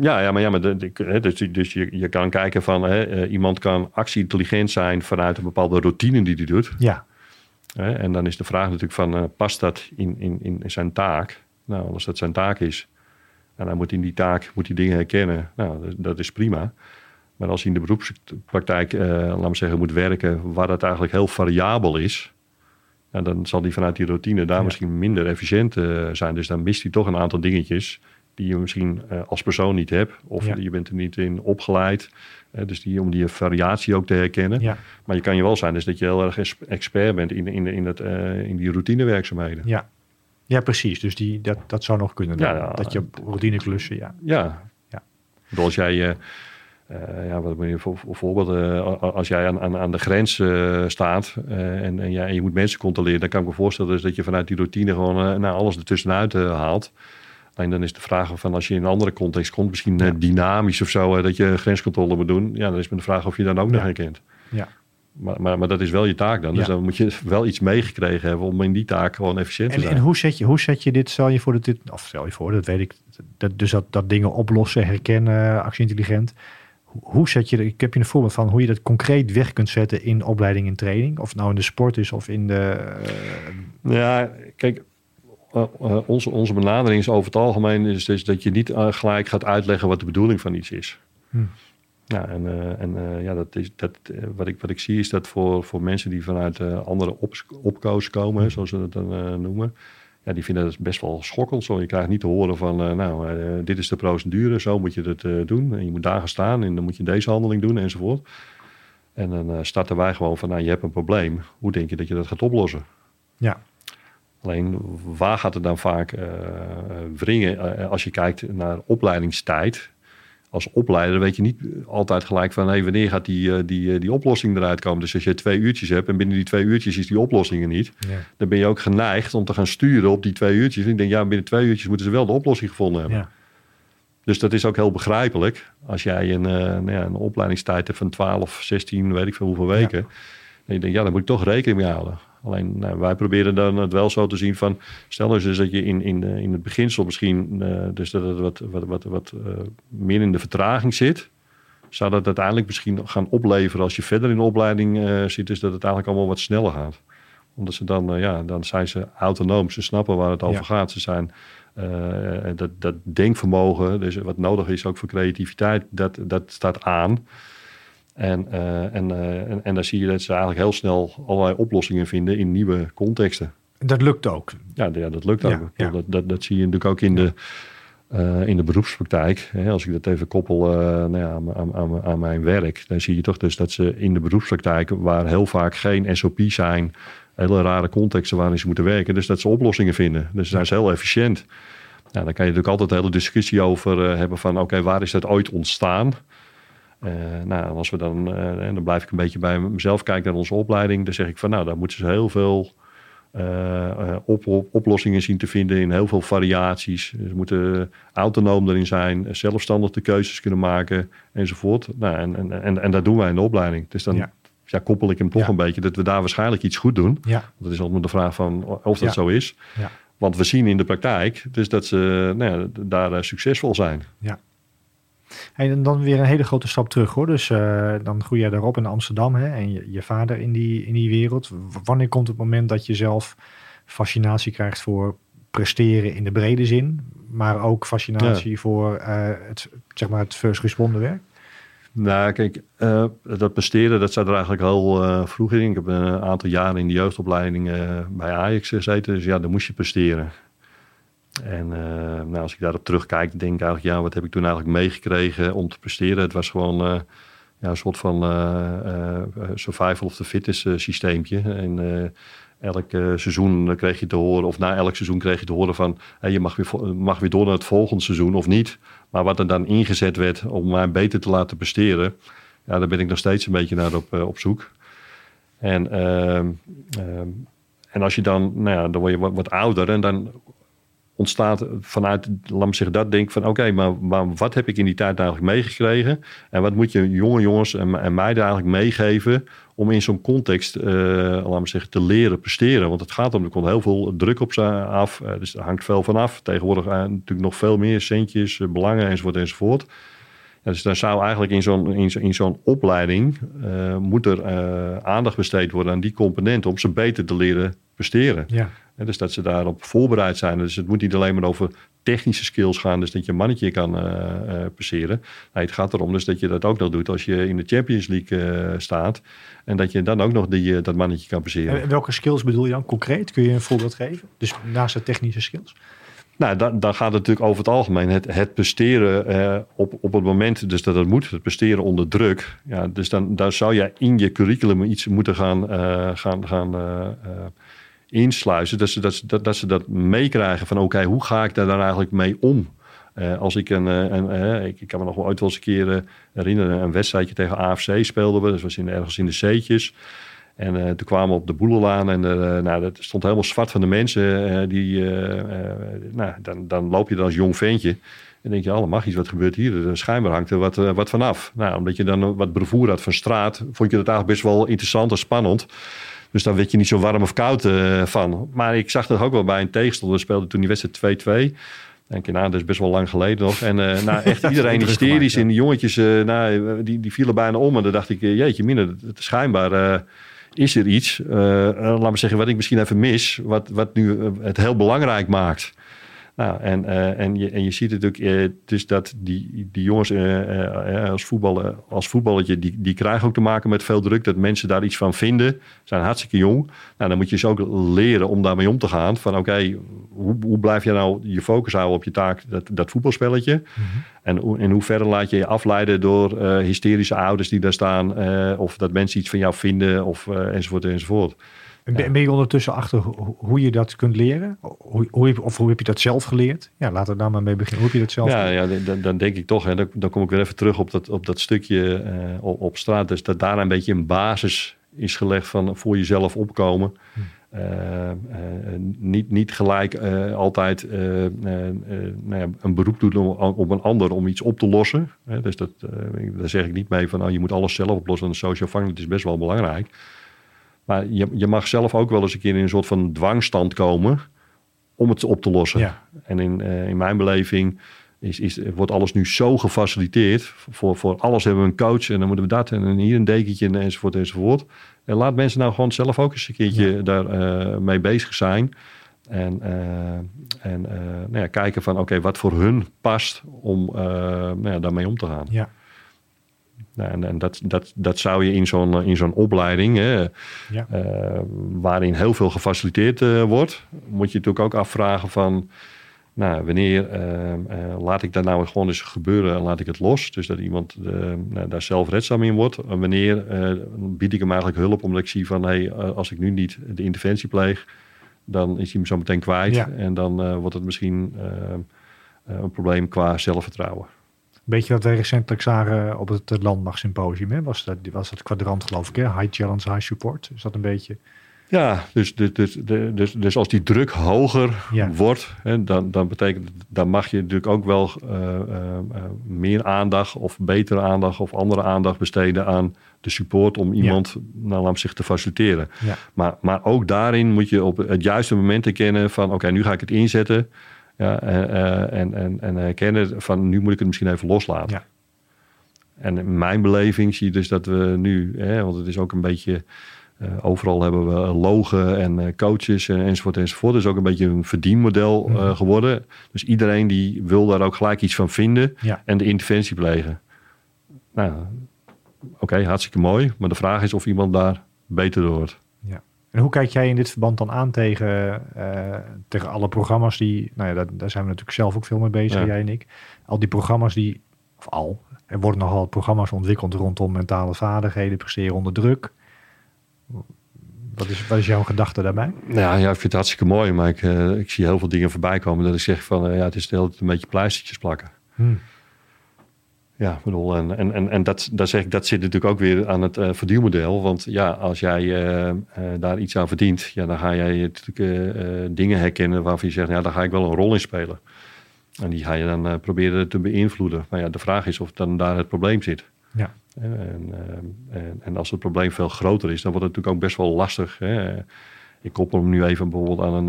Dus je kan kijken van iemand kan actie-intelligent zijn vanuit een bepaalde routine die hij doet. Ja. En dan is de vraag natuurlijk van past dat in zijn taak? Nou, als dat zijn taak is en hij moet in die taak dingen herkennen, nou, dat is prima. Maar als hij in de beroepspraktijk, laten we zeggen, moet werken waar dat eigenlijk heel variabel is, en dan zal hij vanuit die routine daar misschien minder efficiënt zijn. Dus dan mist hij toch een aantal dingetjes die je misschien als persoon niet hebt. Of je bent er niet in opgeleid. Dus om die variatie ook te herkennen. Ja. Maar je kan je wel zijn dus dat je heel erg expert bent in die routinewerkzaamheden. Ja, precies. Dus dat zou nog kunnen. Dat je op routineklussen, Ja. Als jij... wat ben je bijvoorbeeld als jij aan de grens staat en je moet mensen controleren, dan kan ik me voorstellen dus dat je vanuit die routine gewoon alles ertussenuit haalt. Alleen dan is de vraag van als je in een andere context komt, misschien dynamisch of zo, dat je grenscontrole moet doen. Ja, dan is me de vraag of je dan ook nog herkent. Ja. Maar dat is wel je taak dan. Dus dan moet je wel iets meegekregen hebben om in die taak gewoon efficiënt te zijn. En hoe zet je dit, stel je voor, dat weet ik, dat dingen oplossen, herkennen, actie-intelligent. Hoe zet je, ik heb je een voorbeeld van hoe je dat concreet weg kunt zetten in opleiding en training? Of het nou in de sport is of in de... Ja, kijk, onze benadering is over het algemeen is dus dat je niet gelijk gaat uitleggen wat de bedoeling van iets is. Ja, wat ik zie is dat voor mensen die vanuit andere opkoos komen, zoals we dat dan noemen, ja, die vinden dat best wel schokkend. Zo, je krijgt niet te horen van, dit is de procedure, zo moet je dat doen. En je moet daar gaan staan en dan moet je deze handeling doen enzovoort. En dan starten wij gewoon van, je hebt een probleem. Hoe denk je dat je dat gaat oplossen? Ja. Alleen, waar gaat het dan vaak wringen als je kijkt naar opleidingstijd? Als opleider weet je niet altijd gelijk van wanneer gaat die oplossing eruit komen. Dus als je 2 uurtjes hebt en binnen die 2 uurtjes is die oplossing er niet, dan ben je ook geneigd om te gaan sturen op die 2 uurtjes. En ik denk, binnen 2 uurtjes moeten ze wel de oplossing gevonden hebben. Ja. Dus dat is ook heel begrijpelijk. Als jij een opleidingstijd hebt van 12, 16, weet ik veel hoeveel weken. Ja. En je denkt, daar moet ik toch rekening mee houden. Alleen wij proberen dan het wel zo te zien van, stel eens dat je in het beginsel misschien, dus dat het wat meer in de vertraging zit, zou dat uiteindelijk misschien gaan opleveren als je verder in de opleiding zit, dus dat het eigenlijk allemaal wat sneller gaat. Omdat ze dan zijn ze autonoom, ze snappen waar het over gaat. Ze zijn dat denkvermogen, dus wat nodig is ook voor creativiteit, dat staat aan. En dan zie je dat ze eigenlijk heel snel allerlei oplossingen vinden in nieuwe contexten. Dat lukt ook. Ja, dat lukt ook. Ja. Dat zie je natuurlijk ook in de beroepspraktijk. Als ik dat even koppel aan mijn werk, dan zie je toch dus dat ze in de beroepspraktijk, waar heel vaak geen SOP zijn, hele rare contexten waarin ze moeten werken, dus dat ze oplossingen vinden. Dus zijn ze heel efficiënt. Nou, dan kan je natuurlijk altijd een hele discussie over hebben van oké, waar is dat ooit ontstaan? Als we dan blijf ik een beetje bij mezelf kijken naar onze opleiding. Dan zeg ik van daar moeten ze heel veel oplossingen zien te vinden in heel veel variaties. Ze moeten autonoom erin zijn, zelfstandig de keuzes kunnen maken enzovoort. En dat doen wij in de opleiding. Dus dan koppel ik hem toch een beetje dat we daar waarschijnlijk iets goed doen. Ja. Dat is altijd de vraag van of dat zo is. Ja. Want we zien in de praktijk dus dat ze daar succesvol zijn. Ja. En dan weer een hele grote stap terug hoor. Dus dan groei jij daarop in Amsterdam en je vader in die wereld. Wanneer komt het moment dat je zelf fascinatie krijgt voor presteren in de brede zin, maar ook fascinatie voor het first responder werk? Nou, kijk, dat presteren, dat zat er eigenlijk heel vroeg in. Ik heb een aantal jaren in de jeugdopleiding bij Ajax gezeten. Dus ja, dan moest je presteren. En als ik daarop terugkijk, denk ik eigenlijk... ja, wat heb ik toen eigenlijk meegekregen om te presteren? Het was gewoon een soort van survival of the fittest systeempje. En elk seizoen kreeg je te horen... of na elk seizoen kreeg je te horen van... Hey, je mag weer door naar het volgende seizoen of niet. Maar wat er dan ingezet werd om mij beter te laten presteren... ja, daar ben ik nog steeds een beetje naar op zoek. En als je dan... nou ja, dan word je wat ouder en dan... ontstaat vanuit, laat me zeggen, dat denk van... oké, maar wat heb ik in die tijd eigenlijk meegekregen? En wat moet je jonge jongens en meiden eigenlijk meegeven... om in zo'n context, laat me zeggen, te leren presteren? Want het gaat om, er komt heel veel druk op ze af. Dus er hangt veel van af. Tegenwoordig natuurlijk nog veel meer centjes, belangen enzovoort enzovoort. Ja, dus dan zou eigenlijk in zo'n opleiding... moet er aandacht besteed worden aan die componenten... om ze beter te leren presteren. Ja. En dus dat ze daarop voorbereid zijn. Dus het moet niet alleen maar over technische skills gaan... dus dat je een mannetje kan passeren. Nee, het gaat erom dus dat je dat ook nog doet... als je in de Champions League staat... en dat je dan ook nog dat mannetje kan passeren. En welke skills bedoel je dan concreet? Kun je een voorbeeld geven? Dus naast de technische skills? Nou, dan gaat het natuurlijk over het algemeen. Het presteren op het moment dus dat het moet. Het presteren onder druk. Ja, dus daar zou je in je curriculum iets moeten gaan insluizen. Dat ze dat meekrijgen van oké, hoe ga ik daar dan eigenlijk mee om? Als ik ik kan me nog wel ooit wel eens een keer herinneren... een wedstrijdje tegen AFC speelden we. Dat was ergens in de C'tjes. En toen kwamen we op de Boelenlaan en dat stond helemaal zwart van de mensen. Dan loop je dan als jong ventje. En denk je, magisch, wat gebeurt hier? Schijnbaar hangt er wat vanaf. Nou, omdat je dan wat bravoer had van straat... vond je dat eigenlijk best wel interessant en spannend. Dus dan werd je niet zo warm of koud van. Maar ik zag dat ook wel bij een tegenstander. We speelden toen die wedstrijd 2-2... Denk je, dat is best wel lang geleden nog. En echt iedereen hysterisch. En die jongetjes, die vielen bijna om. En dan dacht ik, jeetje mine, schijnbaar is er iets. Laat me zeggen, wat ik misschien even mis. Wat nu het heel belangrijk maakt. Nou, en je ziet natuurlijk dus dat die jongens als voetballetje... Die krijgen ook te maken met veel druk. Dat mensen daar iets van vinden. Zijn hartstikke jong. Nou, dan moet je ze ook leren om daarmee om te gaan. Van oké, hoe blijf je nou je focus houden op je taak? Dat voetbalspelletje. Mm-hmm. En in hoeverre laat je je afleiden door hysterische ouders die daar staan. Of dat mensen iets van jou vinden. Of enzovoort enzovoort. En ben je ondertussen achter hoe je dat kunt leren? Hoe heb je dat zelf geleerd? Ja, laten we daar maar mee beginnen. Hoe heb je dat zelf geleerd? Ja, dan denk ik toch. Hè, dan kom ik weer even terug op dat stukje op straat. Dus dat daar een beetje een basis is gelegd van voor jezelf opkomen. Niet gelijk altijd een beroep doen op een ander om iets op te lossen. Dus daar zeg ik niet mee van je moet alles zelf oplossen. En social afhankelijk is best wel belangrijk. Maar je mag zelf ook wel eens een keer in een soort van dwangstand komen om het op te lossen. Ja. En in mijn beleving wordt alles nu zo gefaciliteerd. Voor alles hebben we een coach en dan moeten we dat en hier een dekentje enzovoort enzovoort. En laat mensen nou gewoon zelf ook eens een keertje daar mee bezig zijn. En kijken van oké, wat voor hun past om daarmee om te gaan. Ja. Nou, en dat zou je in zo'n opleiding, waarin heel veel gefaciliteerd wordt, moet je natuurlijk ook afvragen van, wanneer laat ik dat nou gewoon eens gebeuren en laat ik het los? Dus dat iemand daar zelfredzaam in wordt. En wanneer bied ik hem eigenlijk hulp omdat ik zie van, als ik nu niet de interventie pleeg, dan is hij hem zo meteen kwijt. Ja. En dan wordt het misschien een probleem qua zelfvertrouwen. Beetje wat wij recentelijk zagen op het Landmachtsymposium. Hè? Was dat kwadrant, geloof ik. Hè? High challenge, high support. Is dat een beetje... Ja, dus als die druk hoger wordt... Hè, dan betekent dan mag je natuurlijk ook wel meer aandacht... of betere aandacht of andere aandacht besteden aan de support... om iemand zich te faciliteren. Ja. Maar ook daarin moet je op het juiste moment erkennen van... oké, nu ga ik het inzetten... Ja, en herkennen van nu moet ik het misschien even loslaten. Ja. En in mijn beleving zie je dus dat we nu... want het is ook een beetje... overal hebben we logen en coaches enzovoort enzovoort. Het is ook een beetje een verdienmodel geworden. Dus iedereen die wil daar ook gelijk iets van vinden... en de interventie plegen. nou, oké, hartstikke mooi. Maar de vraag is of iemand daar beter door wordt. Ja. En hoe kijk jij in dit verband dan aan tegen alle programma's die... Nou ja, daar zijn we natuurlijk zelf ook veel mee bezig, jij en ik. Al die programma's die... Er worden nogal programma's ontwikkeld rondom mentale vaardigheden, presteren onder druk. Wat is jouw gedachte daarbij? Ja, ik vind het hartstikke mooi. Maar ik zie heel veel dingen voorbij komen dat ik zeg van... het is de hele tijd een beetje pleistertjes plakken. Ja, ik bedoel, en dat zeg ik, dat zit natuurlijk ook weer aan het verdienmodel. Want ja, als jij daar iets aan verdient, ja, dan ga jij natuurlijk dingen herkennen waarvan je zegt, ja, daar ga ik wel een rol in spelen. En die ga je dan proberen te beïnvloeden. Maar ja, de vraag is of dan daar het probleem zit. Ja. En als het probleem veel groter is, dan wordt het natuurlijk ook best wel lastig. Hè. Ik koppel hem nu even bijvoorbeeld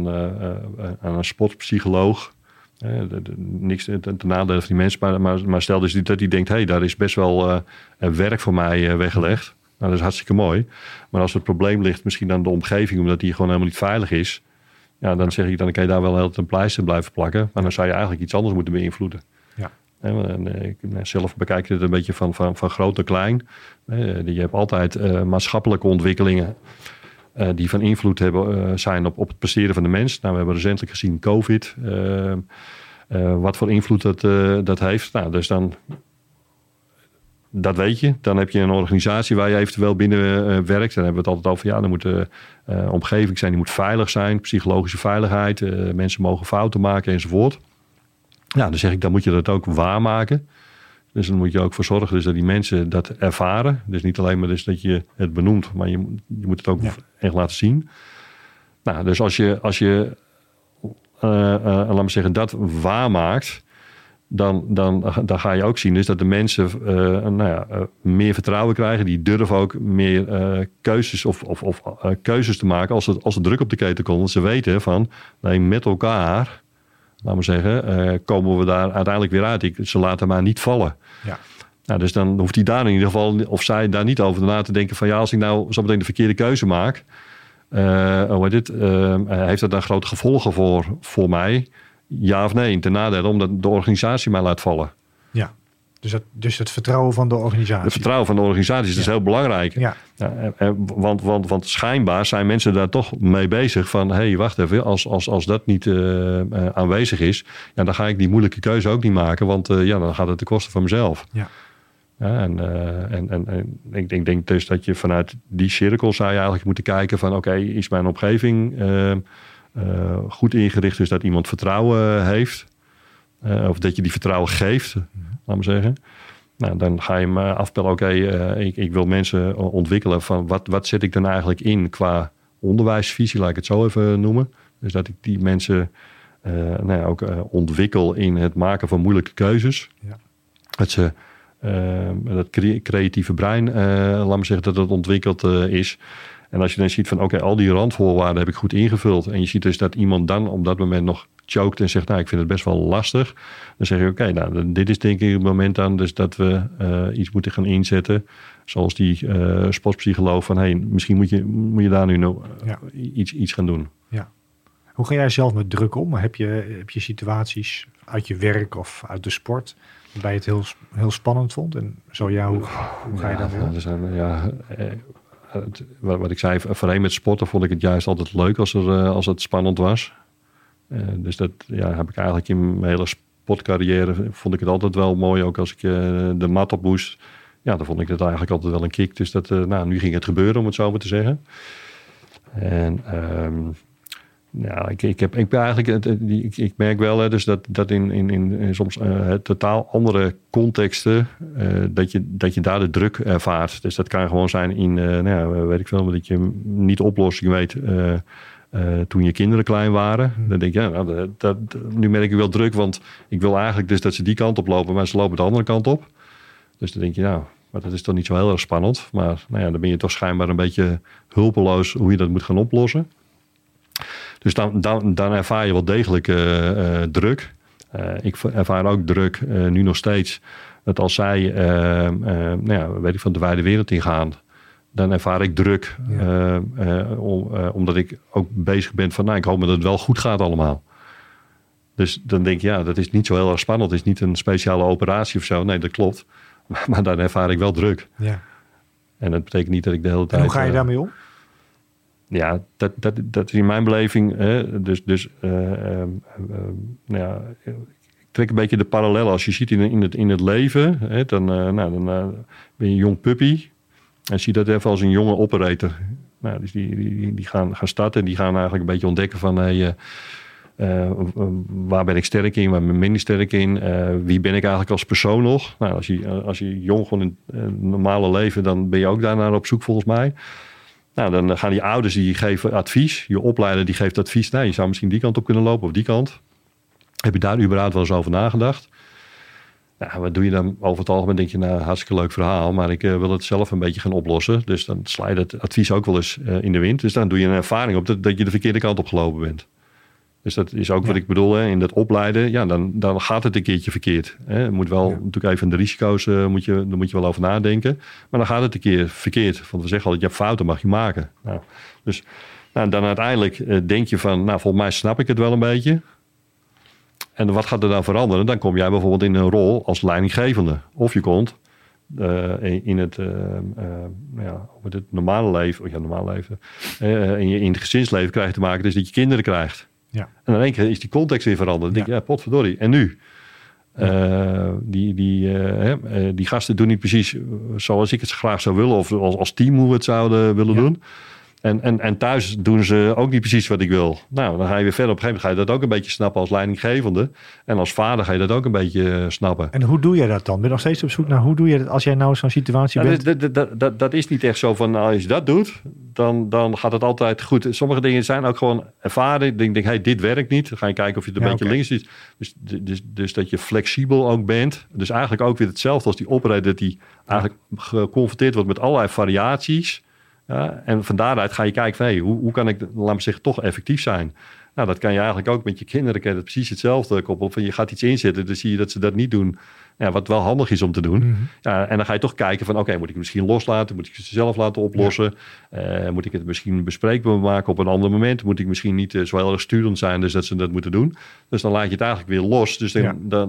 aan een sportpsycholoog. Niks ten nadele van die mensen, maar stel dus dat hij denkt, daar is best wel werk voor mij weggelegd. Nou, dat is hartstikke mooi. Maar als het probleem ligt misschien aan de omgeving, omdat die gewoon helemaal niet veilig is, ja, dan zeg ik, dan kan je daar wel heel een pleister blijven plakken. Maar dan zou je eigenlijk iets anders moeten beïnvloeden. Ja. Zelf bekijk je het een beetje van groot naar klein. Je hebt altijd maatschappelijke ontwikkelingen die van invloed zijn op het presteren van de mens. Nou, we hebben recentelijk gezien COVID. Wat voor invloed dat heeft. Nou, dus dan, dat weet je. Dan heb je een organisatie waar je eventueel binnen werkt. Dan hebben we het altijd over, ja, dan moet de omgeving zijn, die moet veilig zijn. Psychologische veiligheid. Mensen mogen fouten maken enzovoort. Ja, dan zeg ik, dan moet je dat ook waarmaken. Dus dan moet je ook voor zorgen dus dat die mensen dat ervaren. Dus niet alleen maar dus dat je het benoemt, maar je moet het ook echt laten zien. Nou, dus als je laat maar zeggen, dat waarmaakt, dan ga je ook zien dus dat de mensen meer vertrouwen krijgen. Die durven ook meer keuzes of keuzes te maken als er druk op de keten komt. Want ze weten van, nee, met elkaar, laat maar zeggen, komen we daar uiteindelijk weer uit. Ze laten maar niet vallen. Ja. Nou, dus dan hoeft hij daar in ieder geval, of zij daar niet over na te denken van, ja, als ik nou zo meteen de verkeerde keuze maak, heeft dat dan grote gevolgen voor mij? Ja of nee? Ten nadele omdat de organisatie mij laat vallen. Ja, dus het vertrouwen van de organisatie. Het vertrouwen van de organisatie is dus heel belangrijk. Ja. Want schijnbaar zijn mensen daar toch mee bezig van, hé, wacht even, als dat niet aanwezig is, ja, dan ga ik die moeilijke keuze ook niet maken, want dan gaat het ten koste van mezelf. Ja. Ja, en ik denk dus dat je vanuit die cirkel zou je eigenlijk moeten kijken van, oké, is mijn omgeving goed ingericht, dus dat iemand vertrouwen heeft, of dat je die vertrouwen geeft, laat maar zeggen. Nou, dan ga je hem afpellen, oké, ik wil mensen ontwikkelen van wat zet ik dan eigenlijk in qua onderwijsvisie, laat ik het zo even noemen. Dus dat ik die mensen ook ontwikkel in het maken van moeilijke keuzes. Ja. Dat ze dat creatieve brein, laat maar zeggen, dat het ontwikkeld is. En als je dan ziet van, oké, al die randvoorwaarden heb ik goed ingevuld. En je ziet dus dat iemand dan op dat moment nog choked en zegt, nou, ik vind het best wel lastig. Dan zeg je, oké, nou, dit is denk ik het moment dan dus dat we iets moeten gaan inzetten. Zoals die sportpsycholoog van, hey, misschien moet je daar nu nog iets gaan doen. Ja. Hoe ga jij zelf met druk om? Heb je situaties uit je werk of uit de sport waarbij je het heel spannend vond? En zo hoe ga je daar weer? Wat ik zei, voorheen met sporten vond ik het juist altijd leuk als het spannend was. Dus dat heb ik eigenlijk in mijn hele sportcarrière, vond ik het altijd wel mooi. Ook als ik de mat op moest, ja, dan vond ik het eigenlijk altijd wel een kick. Dus dat, nu ging het gebeuren, om het zo maar te zeggen. En ik merk wel dus dat in soms totaal andere contexten dat je daar de druk ervaart. Dus dat kan gewoon zijn in, weet ik veel, dat je niet de oplossing weet toen je kinderen klein waren. Dan denk je, nu merk ik wel druk, want ik wil eigenlijk dus dat ze die kant op lopen, maar ze lopen de andere kant op. Dus dan denk je, maar dat is toch niet zo heel erg spannend. Maar dan ben je toch schijnbaar een beetje hulpeloos hoe je dat moet gaan oplossen. Dus dan ervaar je wel degelijk druk. Ik ervaar ook druk nu nog steeds. Dat als zij weet ik, van de wijde wereld ingaan, dan ervaar ik druk. Ja. Omdat ik ook bezig ben van, ik hoop dat het wel goed gaat allemaal. Dus dan denk je, dat is niet zo heel erg spannend. Het is niet een speciale operatie of zo. Nee, dat klopt. Maar dan ervaar ik wel druk. Ja. En dat betekent niet dat ik de hele tijd... En hoe ga je daarmee om? Ja, dat is in mijn beleving. Ik trek een beetje de parallel. Als je ziet in het leven, dan ben je een jong puppy. En zie dat even als een jonge operator. Nou, dus die gaan starten. Die gaan eigenlijk een beetje ontdekken van... waar ben ik sterk in? Waar ben ik minder sterk in? Wie ben ik eigenlijk als persoon nog? Nou, als je jong gewoon in het normale leven... dan ben je ook daarnaar op zoek volgens mij. Nou, dan gaan die ouders die geven advies. Je opleider die geeft advies. Nou, je zou misschien die kant op kunnen lopen of die kant. Heb je daar überhaupt wel eens over nagedacht? Nou, wat doe je dan over het algemeen? Denk je, nou, hartstikke leuk verhaal. Maar ik wil het zelf een beetje gaan oplossen. Dus dan sla je dat advies ook wel eens in de wind. Dus dan doe je een ervaring op dat je de verkeerde kant op gelopen bent. Dus dat is ook wat ik bedoel. Hè, in dat opleiden, ja, dan gaat het een keertje verkeerd. Hè. Je moet wel natuurlijk even de risico's, daar moet je wel over nadenken. Maar dan gaat het een keer verkeerd. Want we zeggen altijd, ja, fouten mag je maken. Nou, dus dan uiteindelijk denk je van, nou, volgens mij snap ik het wel een beetje. En wat gaat er dan veranderen? Dan kom jij bijvoorbeeld in een rol als leidinggevende. Of je komt in het normale leven, in het gezinsleven krijg je te maken dus dat je kinderen krijgt. Ja. En in één keer is die context weer veranderd. Dan denk je, ja, potverdorie. En nu? Die gasten doen niet precies zoals ik het graag zou willen. Of als team hoe we het zouden willen doen. En thuis doen ze ook niet precies wat ik wil. Nou, dan ga je weer verder. Op een gegeven moment ga je dat ook een beetje snappen als leidinggevende. En als vader ga je dat ook een beetje snappen. En hoe doe je dat dan? Ben je nog steeds op zoek naar hoe doe je dat als jij nou zo'n situatie bent? Dat is niet echt zo van, als je dat doet, dan gaat het altijd goed. Sommige dingen zijn ook gewoon ervaren. Ik denk, hey, dit werkt niet. Dan ga je kijken of je het een beetje links is. Dus dat je flexibel ook bent. Dus eigenlijk ook weer hetzelfde als die operator. Dat die eigenlijk geconfronteerd wordt met allerlei variaties. Ja, en van daaruit ga je kijken van, hey, hoe kan ik, laat me zeggen, toch effectief zijn? Nou, dat kan je eigenlijk ook met je kinderen. Kan je precies hetzelfde koppelen. Van je gaat iets inzetten, dan zie je dat ze dat niet doen. Ja, wat wel handig is om te doen. Mm-hmm. Ja, en dan ga je toch kijken van, oké, moet ik het misschien loslaten? Moet ik het zelf laten oplossen? Ja. Moet ik het misschien bespreekbaar maken op een ander moment? Moet ik misschien niet zo heel erg sturend zijn, dus dat ze dat moeten doen? Dus dan laat je het eigenlijk weer los. Dus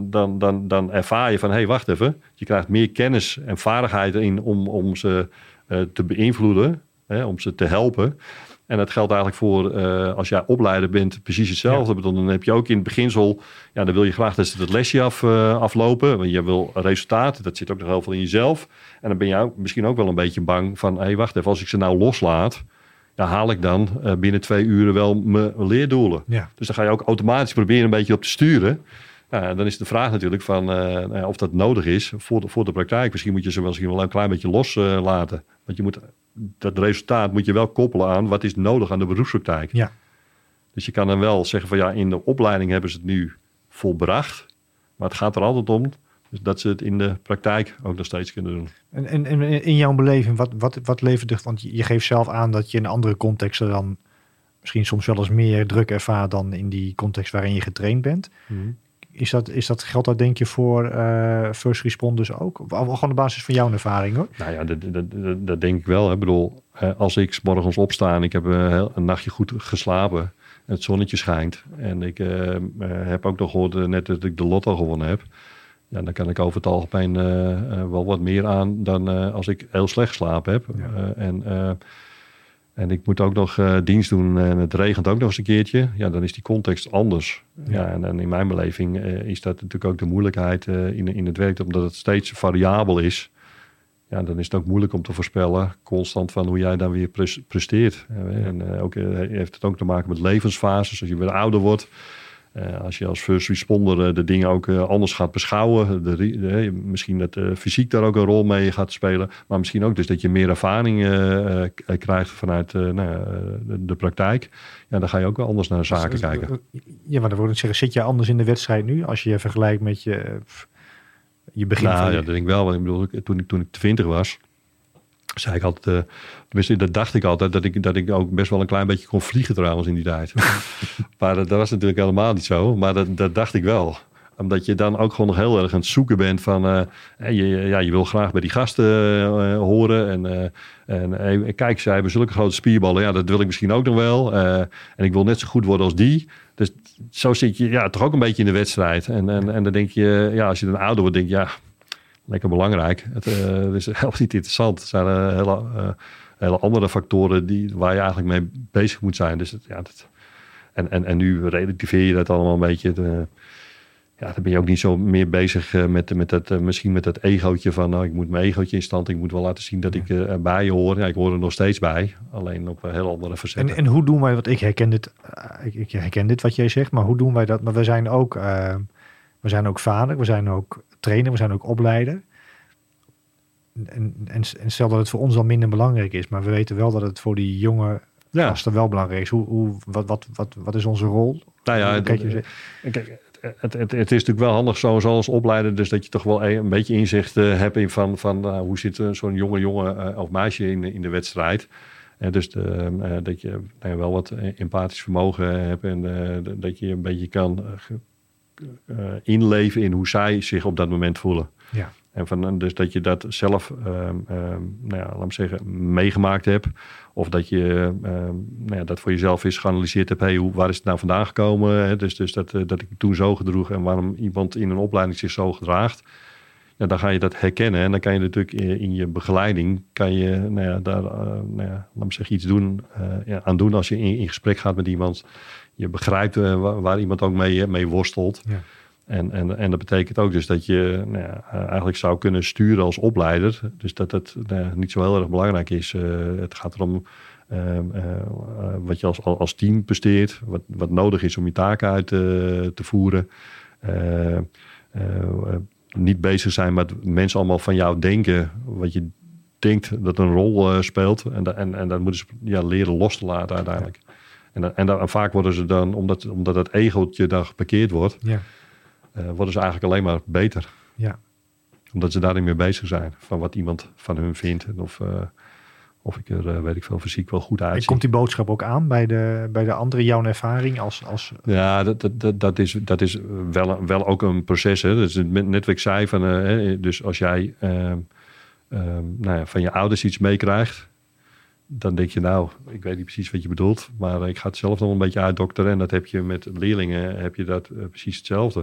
dan ervaar je van, hey, wacht even. Je krijgt meer kennis en vaardigheden in om ze te beïnvloeden. Om ze te helpen. En dat geldt eigenlijk voor als jij opleider bent precies hetzelfde. Ja. Dan heb je ook in het beginsel, ja, dan wil je graag dat ze het lesje aflopen. Want je wil resultaat. Dat zit ook nog heel veel in jezelf. En dan ben je ook, misschien ook wel een beetje bang van, hey, wacht even, als ik ze nou loslaat, ja, haal ik dan binnen 2 uren wel mijn leerdoelen. Ja. Dus dan ga je ook automatisch proberen een beetje op te sturen. Dan is de vraag natuurlijk van of dat nodig is voor de praktijk. Misschien moet je ze misschien wel een klein beetje loslaten. Want je moet dat resultaat moet je wel koppelen aan wat is nodig aan de beroepspraktijk. Ja. Dus je kan dan wel zeggen van, ja, in de opleiding hebben ze het nu volbracht. Maar het gaat er altijd om dat ze het in de praktijk ook nog steeds kunnen doen. En in jouw beleving, wat levert er? Want je geeft zelf aan dat je in andere contexten dan misschien soms wel eens meer druk ervaart dan in die context waarin je getraind bent. Mm-hmm. Geldt dat denk je voor first responders ook? Of gewoon op basis van jouw ervaring, hoor? Nou ja, dat denk ik wel. Ik bedoel, als ik 's morgens opsta en ik heb een nachtje goed geslapen en het zonnetje schijnt en ik heb ook nog gehoord net dat ik de lotto gewonnen heb, ja, dan kan ik over het algemeen wel wat meer aan dan als ik heel slecht geslapen heb. Ja. En ik moet ook nog dienst doen en het regent ook nog eens een keertje. Ja, dan is die context anders. Ja, en in mijn beleving is dat natuurlijk ook de moeilijkheid in het werk. Omdat het steeds variabel is. Ja, dan is het ook moeilijk om te voorspellen constant van hoe jij dan weer presteert. En ook heeft het ook te maken met levensfases. Als je weer ouder wordt. Als je als first responder de dingen ook anders gaat beschouwen. Misschien dat fysiek daar ook een rol mee gaat spelen. Maar misschien ook dus dat je meer ervaring krijgt vanuit de praktijk. Ja, dan ga je ook wel anders naar de zaken kijken. Ja, maar dan wil ik zeggen, zit je anders in de wedstrijd nu? Als je vergelijkt met je begin van ja, dat denk ik wel. Want ik bedoel, toen ik 20 was, zei ik altijd, tenminste dat dacht ik altijd, dat ik ook best wel een klein beetje kon vliegen trouwens in die tijd. Maar dat was natuurlijk helemaal niet zo. Maar dat dacht ik wel. Omdat je dan ook gewoon nog heel erg aan het zoeken bent van, je wil graag bij die gasten horen. En kijk, zij hebben zulke grote spierballen. Ja, dat wil ik misschien ook nog wel. En ik wil net zo goed worden als die. Dus zo zit je toch ook een beetje in de wedstrijd. En dan denk je, ja, als je dan ouder wordt, denk je, ja, lekker belangrijk. Het is helemaal niet interessant. Het zijn hele andere factoren waar je eigenlijk mee bezig moet zijn. Dus en nu relativeer je dat allemaal een beetje. Dan ben je ook niet zo meer bezig misschien met dat egootje van... nou, ik moet mijn egootje in stand. Ik moet wel laten zien dat ik erbij hoor. Ja, ik hoor er nog steeds bij. Alleen op heel andere facetten. En hoe doen wij, want ik herken dit wat jij zegt... maar hoe doen wij dat? Maar we zijn ook vader, we zijn ook trainer, we zijn ook opleider. En stel dat het voor ons al minder belangrijk is... maar we weten wel dat het voor die jonge gasten wel belangrijk is. Wat is onze rol? Nou ja, het is natuurlijk wel handig zo als opleider... dus dat je toch wel een beetje inzicht hebt in van hoe zit zo'n jonge jongen of meisje in de wedstrijd. Dus dat je wel wat empathisch vermogen hebt... en dat je een beetje kan inleven in hoe zij zich op dat moment voelen. Ja. En dus dat je dat zelf, laat me zeggen, meegemaakt hebt. Of dat je dat voor jezelf eens geanalyseerd hebt. Waar is het nou vandaan gekomen? Hè? Dus dat ik me toen zo gedroeg en waarom iemand in een opleiding zich zo gedraagt. Ja, dan ga je dat herkennen. En dan kan je natuurlijk in je begeleiding, laat me zeggen, iets aan doen als je in gesprek gaat met iemand. Je begrijpt waar iemand ook mee worstelt. Ja. En dat betekent ook dus dat je eigenlijk zou kunnen sturen als opleider. Dus dat het niet zo heel erg belangrijk is. Het gaat erom wat je als team presteert. Wat nodig is om je taken uit te voeren. Niet bezig zijn met mensen allemaal van jou denken. Wat je denkt dat een rol speelt. En dat moeten ze leren los te laten uiteindelijk. En vaak worden ze dan, omdat dat egootje dan geparkeerd wordt... Ja. Worden ze eigenlijk alleen maar beter. Ja. Omdat ze daar niet meer bezig zijn. Van wat iemand van hun vindt. En of ik er, weet ik veel, fysiek wel goed uitzie. En komt die boodschap ook aan bij de andere, jouw ervaring? Als... Ja, dat is wel ook een proces. Hè. Dus net wat ik zei. Dus als jij van je ouders iets meekrijgt. Dan denk je, ik weet niet precies wat je bedoelt. Maar ik ga het zelf nog een beetje uitdokteren. En dat heb je met leerlingen, heb je dat precies hetzelfde.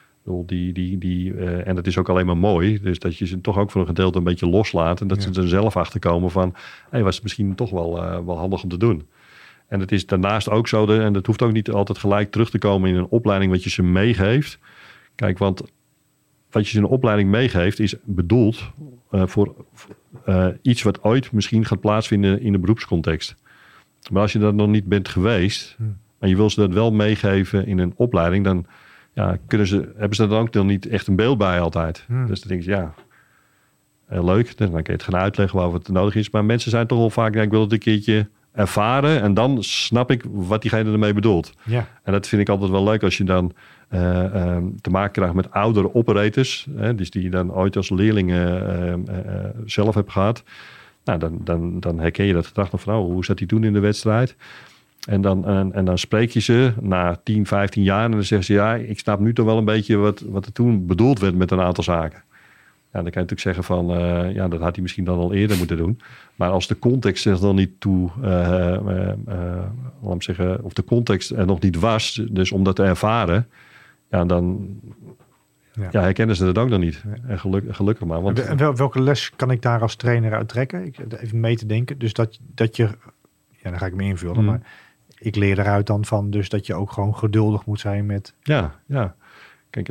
En dat is ook alleen maar mooi. Dus dat je ze toch ook voor een gedeelte een beetje loslaat. En dat ze er zelf achter komen van... was het misschien toch wel handig om te doen. En het is daarnaast ook zo... en dat hoeft ook niet altijd gelijk terug te komen in een opleiding... wat je ze meegeeft. Kijk, want wat je ze in een opleiding meegeeft... is bedoeld voor iets wat ooit misschien gaat plaatsvinden... in de beroepscontext. Maar als je dat nog niet bent geweest... en je wil ze dat wel meegeven in een opleiding... dan hebben ze er ook dan niet echt een beeld bij altijd. Dus dan denk je, heel leuk. Dan kan je het gaan uitleggen waarom het nodig is. Maar mensen zijn toch wel vaak, ik wil het een keertje ervaren. En dan snap ik wat diegene ermee bedoelt. Ja. En dat vind ik altijd wel leuk als je dan te maken krijgt met oudere operators. Dus die je dan ooit als leerlingen zelf hebt gehad. Dan herken je dat gedrag nog van, hoe zat hij toen in de wedstrijd? En dan spreek je ze na 10, 15 jaar en dan zeggen ze... ik snap nu toch wel een beetje wat er toen bedoeld werd met een aantal zaken. Ja, dan kan je natuurlijk zeggen van... dat had hij misschien dan al eerder moeten doen. Maar als de context er dan niet toe... laat me zeggen, of de context er nog niet was... dus om dat te ervaren... dan herkennen ze dat ook nog niet. En gelukkig maar. Want, en welke les kan ik daar als trainer uit trekken? Even mee te denken. Dus dat je... Ja, dan ga ik me invullen, maar... Ik leer eruit dan van dus dat je ook gewoon geduldig moet zijn met... Ja. Kijk,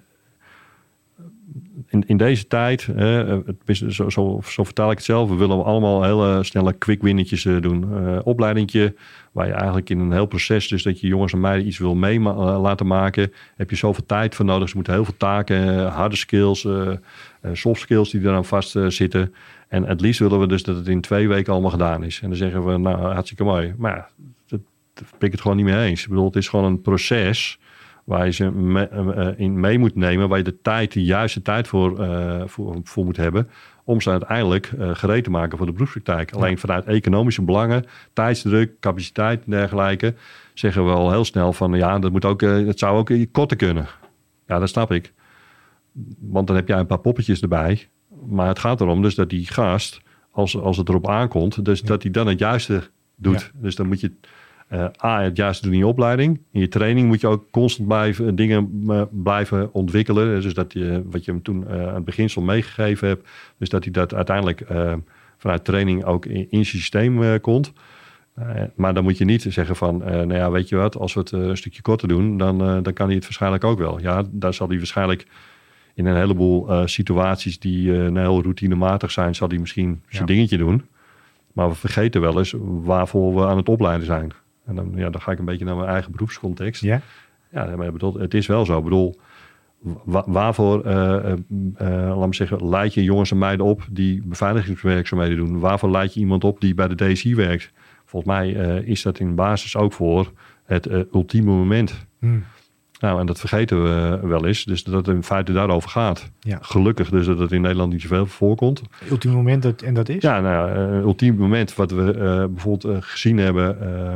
in deze tijd, zo vertaal ik het zelf... we willen allemaal hele snelle quick winnetjes doen. Opleidingje, waar je eigenlijk in een heel proces... dus dat je jongens en meiden iets wil mee laten maken... heb je zoveel tijd voor nodig. Ze moeten heel veel taken, harde skills, soft skills die eraan vast zitten... En het liefst willen we dus dat het in 2 weken allemaal gedaan is. En dan zeggen we, hartstikke mooi. Maar daar ben ik het gewoon niet mee eens. Ik bedoel, het is gewoon een proces waar je ze mee moet nemen. Waar je de juiste tijd voor moet hebben. Om ze uiteindelijk gereed te maken voor de beroepspraktijk. Alleen vanuit economische belangen, tijdsdruk, capaciteit en dergelijke. Zeggen we al heel snel van, dat zou ook korter kunnen. Ja, dat snap ik. Want dan heb jij een paar poppetjes erbij... Maar het gaat erom dus dat die gast, als het erop aankomt... dus dat hij dan het juiste doet. Ja. Dus dan moet je Het juiste doen in je opleiding. In je training moet je ook constant blijven ontwikkelen. Dus dat wat je hem toen aan het beginsel meegegeven hebt. Dus dat hij dat uiteindelijk vanuit training ook in zijn systeem komt. Maar dan moet je niet zeggen van, weet je wat, als we het een stukje korter doen, dan kan hij het waarschijnlijk ook wel. Ja, daar zal hij waarschijnlijk in een heleboel situaties die heel routinematig zijn, zal hij misschien zijn dingetje doen. Maar we vergeten wel eens waarvoor we aan het opleiden zijn. En dan ga ik een beetje naar mijn eigen beroepscontext. Ja? Ja, maar het is wel zo. Ik bedoel, waarvoor, laat me zeggen, leid je jongens en meiden op die beveiligingswerkzaamheden doen? Waarvoor leid je iemand op die bij de DSI werkt? Volgens mij is dat in basis ook voor het ultieme moment. Nou, en dat vergeten we wel eens. Dus dat het in feite daarover gaat. Ja. Gelukkig dus dat het in Nederland niet zoveel voorkomt. Ultieme moment en dat is? Ja, ultieme moment wat we bijvoorbeeld gezien hebben.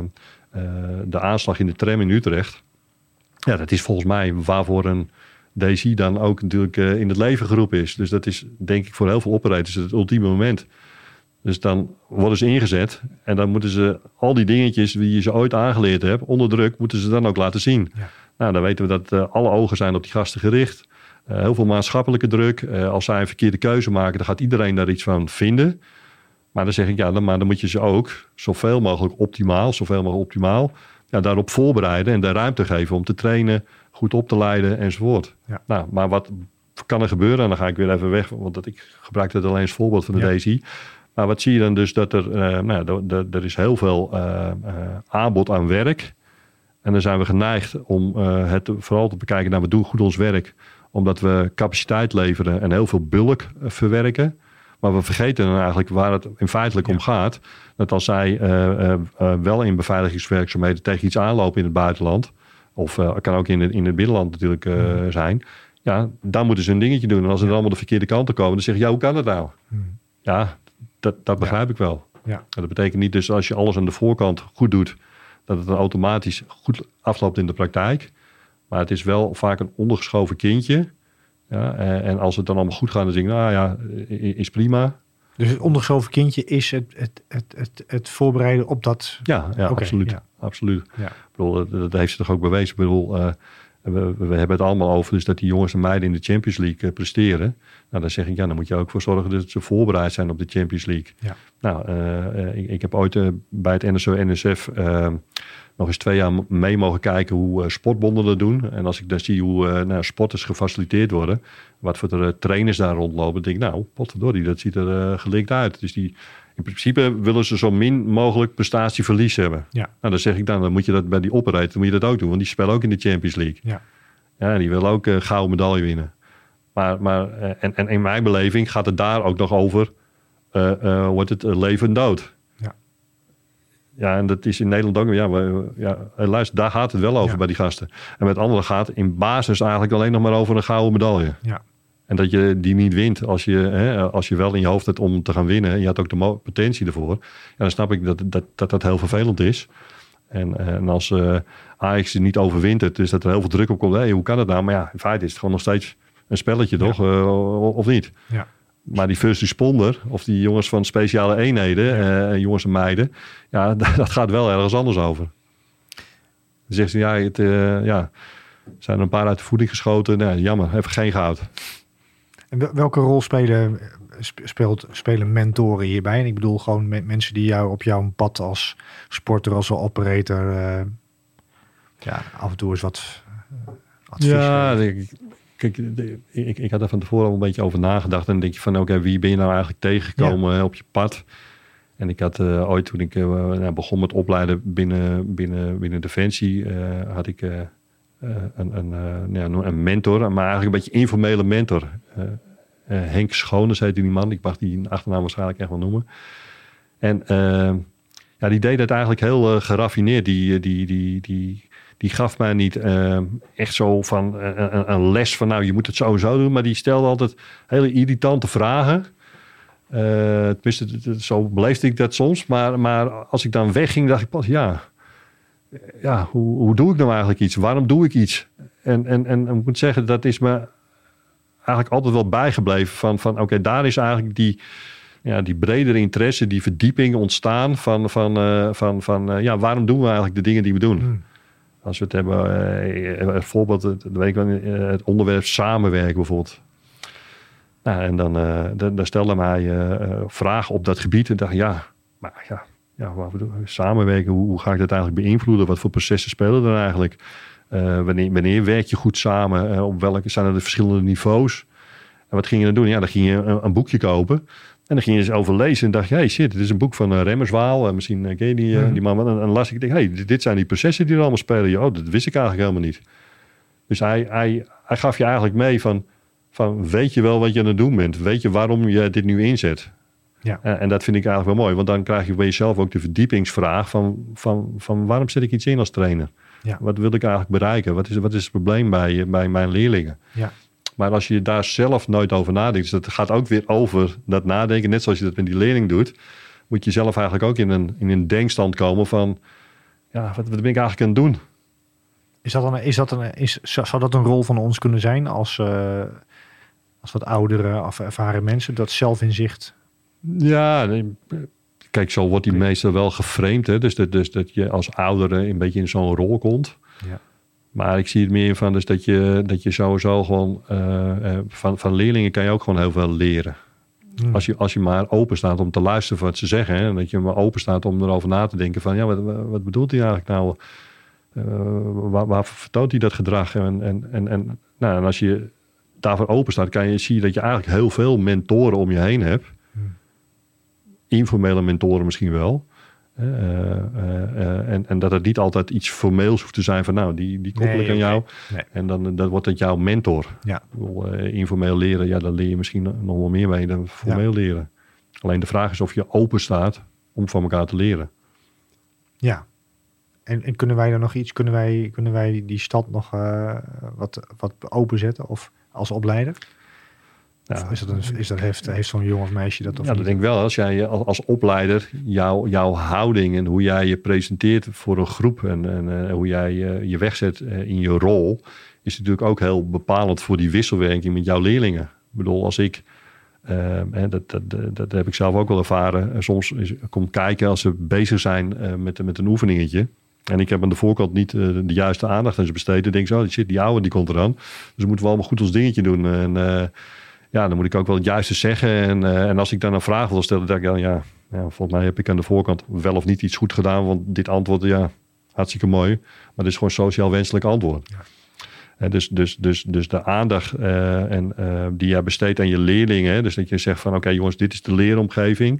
De aanslag in de tram in Utrecht. Ja, dat is volgens mij waarvoor een DSI dan ook natuurlijk in het leven geroepen is. Dus dat is denk ik voor heel veel operators het ultieme moment. Dus dan worden ze ingezet en dan moeten ze al die dingetjes die je ze ooit aangeleerd hebt, onder druk, moeten ze dan ook laten zien. Ja. Nou, dan weten we dat alle ogen zijn op die gasten gericht. Heel veel maatschappelijke druk. Als zij een verkeerde keuze maken, dan gaat iedereen daar iets van vinden. Maar dan zeg ik, maar dan moet je ze ook zoveel mogelijk optimaal daarop voorbereiden en de ruimte geven om te trainen, goed op te leiden enzovoort. Ja. Nou, maar wat kan er gebeuren? En dan ga ik weer even weg, want ik gebruik dat alleen als voorbeeld van de DSI. Maar wat zie je dan dus? Dat er is heel veel aanbod aan werk. En dan zijn we geneigd om het vooral te bekijken. We doen goed ons werk. Omdat we capaciteit leveren en heel veel bulk verwerken. Maar we vergeten dan eigenlijk waar het in feitelijk om gaat. Dat als zij wel in beveiligingswerkzaamheden tegen iets aanlopen in het buitenland. Of kan ook in het binnenland natuurlijk zijn. Ja, dan moeten ze een dingetje doen. En als ze dan allemaal de verkeerde kant op komen. Dan zeg je, hoe kan dat nou? Ja, dat begrijp ik wel. Ja. Dat betekent niet dus als je alles aan de voorkant goed doet, dat het dan automatisch goed afloopt in de praktijk. Maar het is wel vaak een ondergeschoven kindje. Ja, en als het dan allemaal goed gaat, dan denk ik, is prima. Dus het ondergeschoven kindje is het voorbereiden op dat... Ja, okay, absoluut. Ja. Absoluut. Ja. Ik bedoel, dat heeft ze toch ook bewezen. Ik bedoel, we hebben het allemaal over dus dat die jongens en meiden in de Champions League presteren. Nou, dan zeg ik, dan moet je ook voor zorgen dat ze voorbereid zijn op de Champions League. Ja. Nou, ik heb ooit bij het NSO-NSF nog eens 2 jaar mee mogen kijken hoe sportbonden dat doen. En als ik dan zie hoe sporters gefaciliteerd worden, wat voor trainers daar rondlopen, denk ik, potverdorie, dat ziet er gelikt uit. Dus in principe willen ze zo min mogelijk prestatieverlies hebben. Ja. Nou, dan zeg ik dan moet je dat bij die operator moet je dat ook doen, want die spelen ook in de Champions League. Ja. Ja, die willen ook gouden medaille winnen. Maar in mijn beleving gaat het daar ook nog over, wordt het leven en dood. Ja, en dat is in Nederland ook. Luister, daar gaat het wel over bij die gasten. En met anderen gaat in basis eigenlijk alleen nog maar over een gouden medaille. Ja. En dat je die niet wint als je wel in je hoofd hebt om te gaan winnen. En je had ook de potentie ervoor. Ja, dan snap ik dat heel vervelend is. En als Ajax er niet overwint, dus dat er heel veel druk op komt. Hoe kan het nou? Maar ja, in feite is het gewoon nog steeds een spelletje, toch? Of niet? Ja. Maar die first responder, of die jongens van speciale eenheden, jongens en meiden, dat gaat wel ergens anders over. Dan zegt ze, zijn er een paar uit de voeding geschoten. Jammer, even geen goud. En welke rol spelen mentoren hierbij? En ik bedoel gewoon mensen die jou op jouw pad als sporter, als operator, af en toe eens wat advies geven. Kijk, ik had er van tevoren al een beetje over nagedacht. En dan denk je van, wie ben je nou eigenlijk tegengekomen op je pad? En ik had ooit, toen ik begon met opleiden binnen Defensie, had ik een mentor, maar eigenlijk een beetje informele mentor. Henk Schoones heette die man. Ik mag die achternaam waarschijnlijk echt wel noemen. En die deed het eigenlijk heel geraffineerd. Die gaf mij niet echt zo van een les van je moet het sowieso doen. Maar die stelde altijd hele irritante vragen. Tenminste, zo beleefde ik dat soms. Maar als ik dan wegging, dacht ik pas, hoe doe ik nou eigenlijk iets? Waarom doe ik iets? En ik moet zeggen, dat is me eigenlijk altijd wel bijgebleven. Van oké, daar is eigenlijk die bredere interesse, die verdieping ontstaan van waarom doen we eigenlijk de dingen die we doen? Als we het hebben, een voorbeeld, weet ik wel, het onderwerp samenwerken bijvoorbeeld. Nou, en dan stelde mij vragen op dat gebied en dacht wat we doen, samenwerken, hoe ga ik dat eigenlijk beïnvloeden? Wat voor processen spelen er eigenlijk? Wanneer werk je goed samen? Op welke zijn er de verschillende niveaus? En wat ging je dan doen? Ja, dan ging je een boekje kopen. En dan ging je eens over lezen en dacht je, hey shit, dit is een boek van Remmerswaal. Misschien ken je die man. En las ik, hey, dit zijn die processen die er allemaal spelen. Oh, dat wist ik eigenlijk helemaal niet. Dus hij gaf je eigenlijk mee van weet je wel wat je aan het doen bent? Weet je waarom je dit nu inzet? Ja. En dat vind ik eigenlijk wel mooi. Want dan krijg je bij jezelf ook de verdiepingsvraag van waarom zet ik iets in als trainer? Ja. Wat wil ik eigenlijk bereiken? Wat is het probleem bij mijn leerlingen? Ja. Maar als je daar zelf nooit over nadenkt, dus dat gaat ook weer over dat nadenken, net zoals je dat met die leerling doet, moet je zelf eigenlijk ook in een denkstand komen van, wat ben ik eigenlijk aan het doen? Zou dat een rol van ons kunnen zijn als wat oudere of ervaren mensen, dat zelfinzicht? Ja, kijk, zo wordt die meestal wel geframed, hè? Dus dat je als oudere een beetje in zo'n rol komt. Ja. Maar ik zie het meer van dus dat je sowieso gewoon van leerlingen kan je ook gewoon heel veel leren. Als je maar open staat om te luisteren voor wat ze zeggen. Hè, en dat je maar open staat om erover na te denken van wat bedoelt hij eigenlijk nou? Waar vertoont hij dat gedrag? En als je daarvoor open staat, zie je dat je eigenlijk heel veel mentoren om je heen hebt. Informele mentoren misschien wel. En dat het niet altijd iets formeels hoeft te zijn van die koppel ik aan jou. Nee. En dan wordt het jouw mentor. Ja. Informeel leren, dan leer je misschien nog wel meer mee dan formeel leren. Alleen de vraag is of je open staat om van elkaar te leren. Ja. En kunnen wij dan nog iets, kunnen wij die stad nog wat openzetten of als opleider? Ja, heeft zo'n jong of meisje dat of niet? Dat denk ik wel. Als jij als opleider jouw houding en hoe jij je presenteert voor een groep en hoe jij je wegzet in je rol, is natuurlijk ook heel bepalend voor die wisselwerking met jouw leerlingen. Ik bedoel, als ik, dat heb ik zelf ook wel ervaren, soms kom kijken als ze bezig zijn met een oefeningetje. En ik heb aan de voorkant niet de juiste aandacht aan ze besteed. Dan denk ik die oude die komt eraan. Dus dan moeten we allemaal goed ons dingetje doen. En dan moet ik ook wel het juiste zeggen. En als ik dan een vraag wil stellen, dan denk ik volgens mij heb ik aan de voorkant wel of niet iets goed gedaan. Want dit antwoord, hartstikke mooi. Maar dit is gewoon sociaal wenselijk antwoord. Ja. Dus de aandacht die jij besteedt aan je leerlingen. Dus dat je zegt van oké, jongens, dit is de leeromgeving.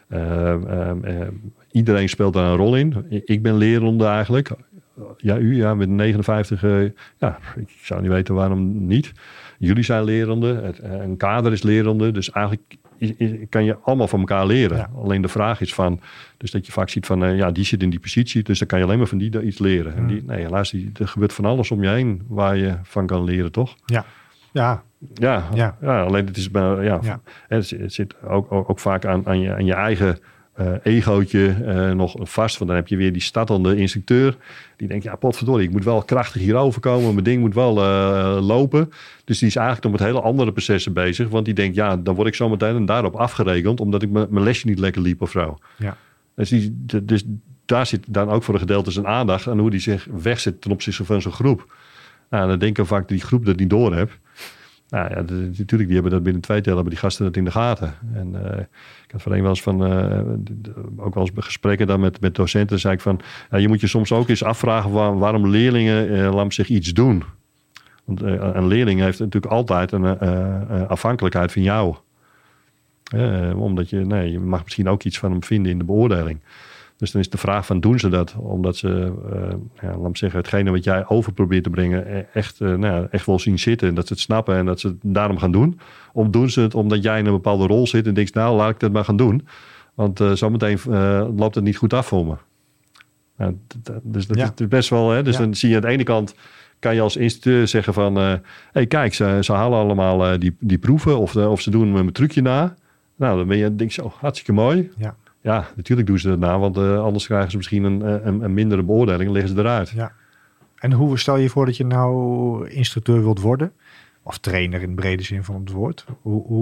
Iedereen speelt daar een rol in. Ik ben leerronde eigenlijk. Ja, u met 59. Ik zou niet weten waarom niet. Jullie zijn lerende, een kader is lerende. Dus eigenlijk kan je allemaal van elkaar leren. Ja. Alleen de vraag is dus dat je vaak ziet van, die zit in die positie. Dus dan kan je alleen maar van die iets leren. En helaas, er gebeurt van alles om je heen waar je van kan leren, toch? Ja. Ja, alleen het is het zit ook vaak aan je eigen egootje nog vast. Want dan heb je weer die startende instructeur. Die denkt, potverdorie, ik moet wel krachtig hierover komen. Mijn ding moet wel lopen. Dus die is eigenlijk nog met hele andere processen bezig. Want die denkt, dan word ik zo meteen daarop afgerekend. Omdat ik mijn lesje niet lekker liep of zo. Ja. Dus daar zit dan ook voor een gedeelte zijn aandacht aan hoe die zich wegzet ten opzichte van zo'n groep. Nou, dan denken we vaak dat die groep dat niet door heeft. Natuurlijk, die hebben dat binnen 2 tellen, hebben die gasten dat in de gaten. En ik had voorheen wel eens ook wel eens gesprekken dan met docenten, zei ik van, je moet je soms ook eens afvragen waarom leerlingen zich iets doen. Want een leerling heeft natuurlijk altijd een afhankelijkheid van jou. Omdat je mag misschien ook iets van hem vinden in de beoordeling. Dus dan is de vraag van, doen ze dat? Omdat ze, laat me zeggen, hetgene wat jij over probeert te brengen echt wel zien zitten. En dat ze het snappen en dat ze het daarom gaan doen. Of doen ze het omdat jij in een bepaalde rol zit en denkt, laat ik dat maar gaan doen. Want zometeen loopt het niet goed af voor me. Dus dat is best wel, hè? Dus dan zie je aan de ene kant, kan je als instructeur zeggen van, kijk, ze halen allemaal die proeven of ze doen een trucje na. Nou, dan denk je zo, hartstikke mooi. Ja. Ja, natuurlijk doen ze dat na, want anders krijgen ze misschien een mindere beoordeling en liggen ze eruit. Ja. En hoe stel je voor dat je nou instructeur wilt worden? Of trainer in de brede zin van het woord. Hoe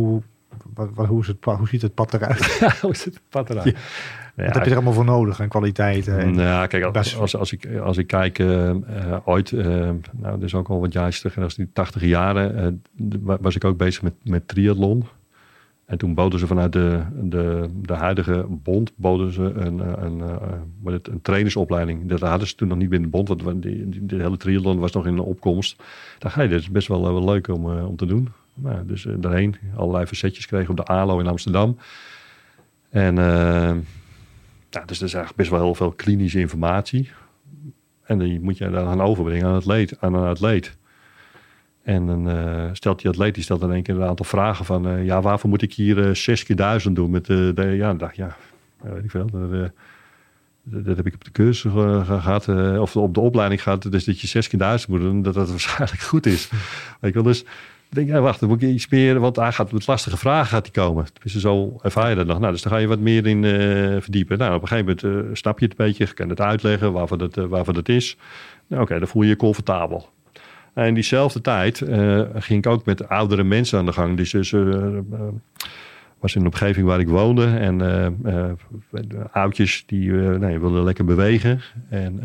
Hoe ziet het pad eruit? Ja, hoe ziet het pad eruit? Ja. Wat heb je er allemaal voor nodig? En kwaliteiten? Nou, kijk, als ik kijk ooit, dat is ook al wat jaar terug. En als die 80 jaren was ik ook bezig met triathlon. En toen boden ze vanuit de huidige bond een trainersopleiding. Dat hadden ze toen nog niet binnen de bond. Want de hele triathlon was nog in de opkomst. Ik dacht, dit is best wel leuk om te doen. Nou, dus daarheen allerlei facetjes kregen op de ALO in Amsterdam. En dus er is eigenlijk best wel heel veel klinische informatie. En die moet je dan gaan overbrengen aan een atleet. En dan stelt die atleet stelt in één keer een aantal vragen van... waarvoor moet ik hier 6 keer 1000 doen? Met dan dacht ik, weet ik veel. Dat heb ik op de cursus gehad, of op de opleiding gehad. Dus dat je 6 keer 1000 moet doen, dat waarschijnlijk goed is. Weet je wel, dus ik denk, wacht, dan moet ik iets meer... Want hij gaat met lastige vragen komen. Dus zo ervaar je dat nog. Nou, dus dan ga je wat meer in verdiepen. Nou, op een gegeven moment snap je het een beetje. Je kan het uitleggen waarvoor dat is. Nou, oké, dan voel je je comfortabel. En in diezelfde tijd ging ik ook met oudere mensen aan de gang. Dus was in een omgeving waar ik woonde. En oudjes die wilden lekker bewegen. En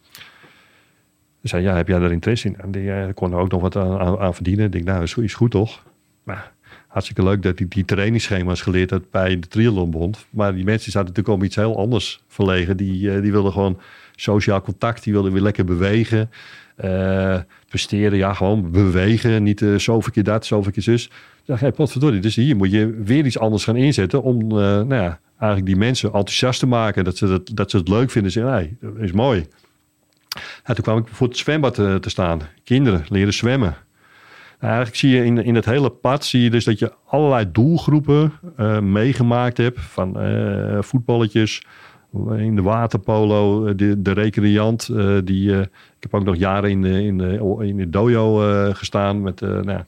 zei, heb jij daar interesse in? En die kon er ook nog wat aan verdienen. Ik denk, nou, is goed toch? Maar hartstikke leuk dat die trainingsschema's geleerd had bij de Triathlonbond. Maar die mensen zaten natuurlijk om iets heel anders verlegen. Die wilden gewoon sociaal contact. Die wilden weer lekker bewegen. Presteren, gewoon bewegen. Niet zoveel keer dat, zoveel keer zus. Dan dacht ik, potverdorie, dus hier moet je weer iets anders gaan inzetten om eigenlijk die mensen enthousiast te maken. Dat ze het leuk vinden. Zeggen, dat is mooi. Ja, toen kwam ik voor het zwembad te staan. Kinderen leren zwemmen. Nou, eigenlijk zie je in het hele pad zie je dus dat je allerlei doelgroepen meegemaakt hebt. Van voetballetjes, in de waterpolo, de recreant. Ik heb ook nog jaren in de dojo gestaan met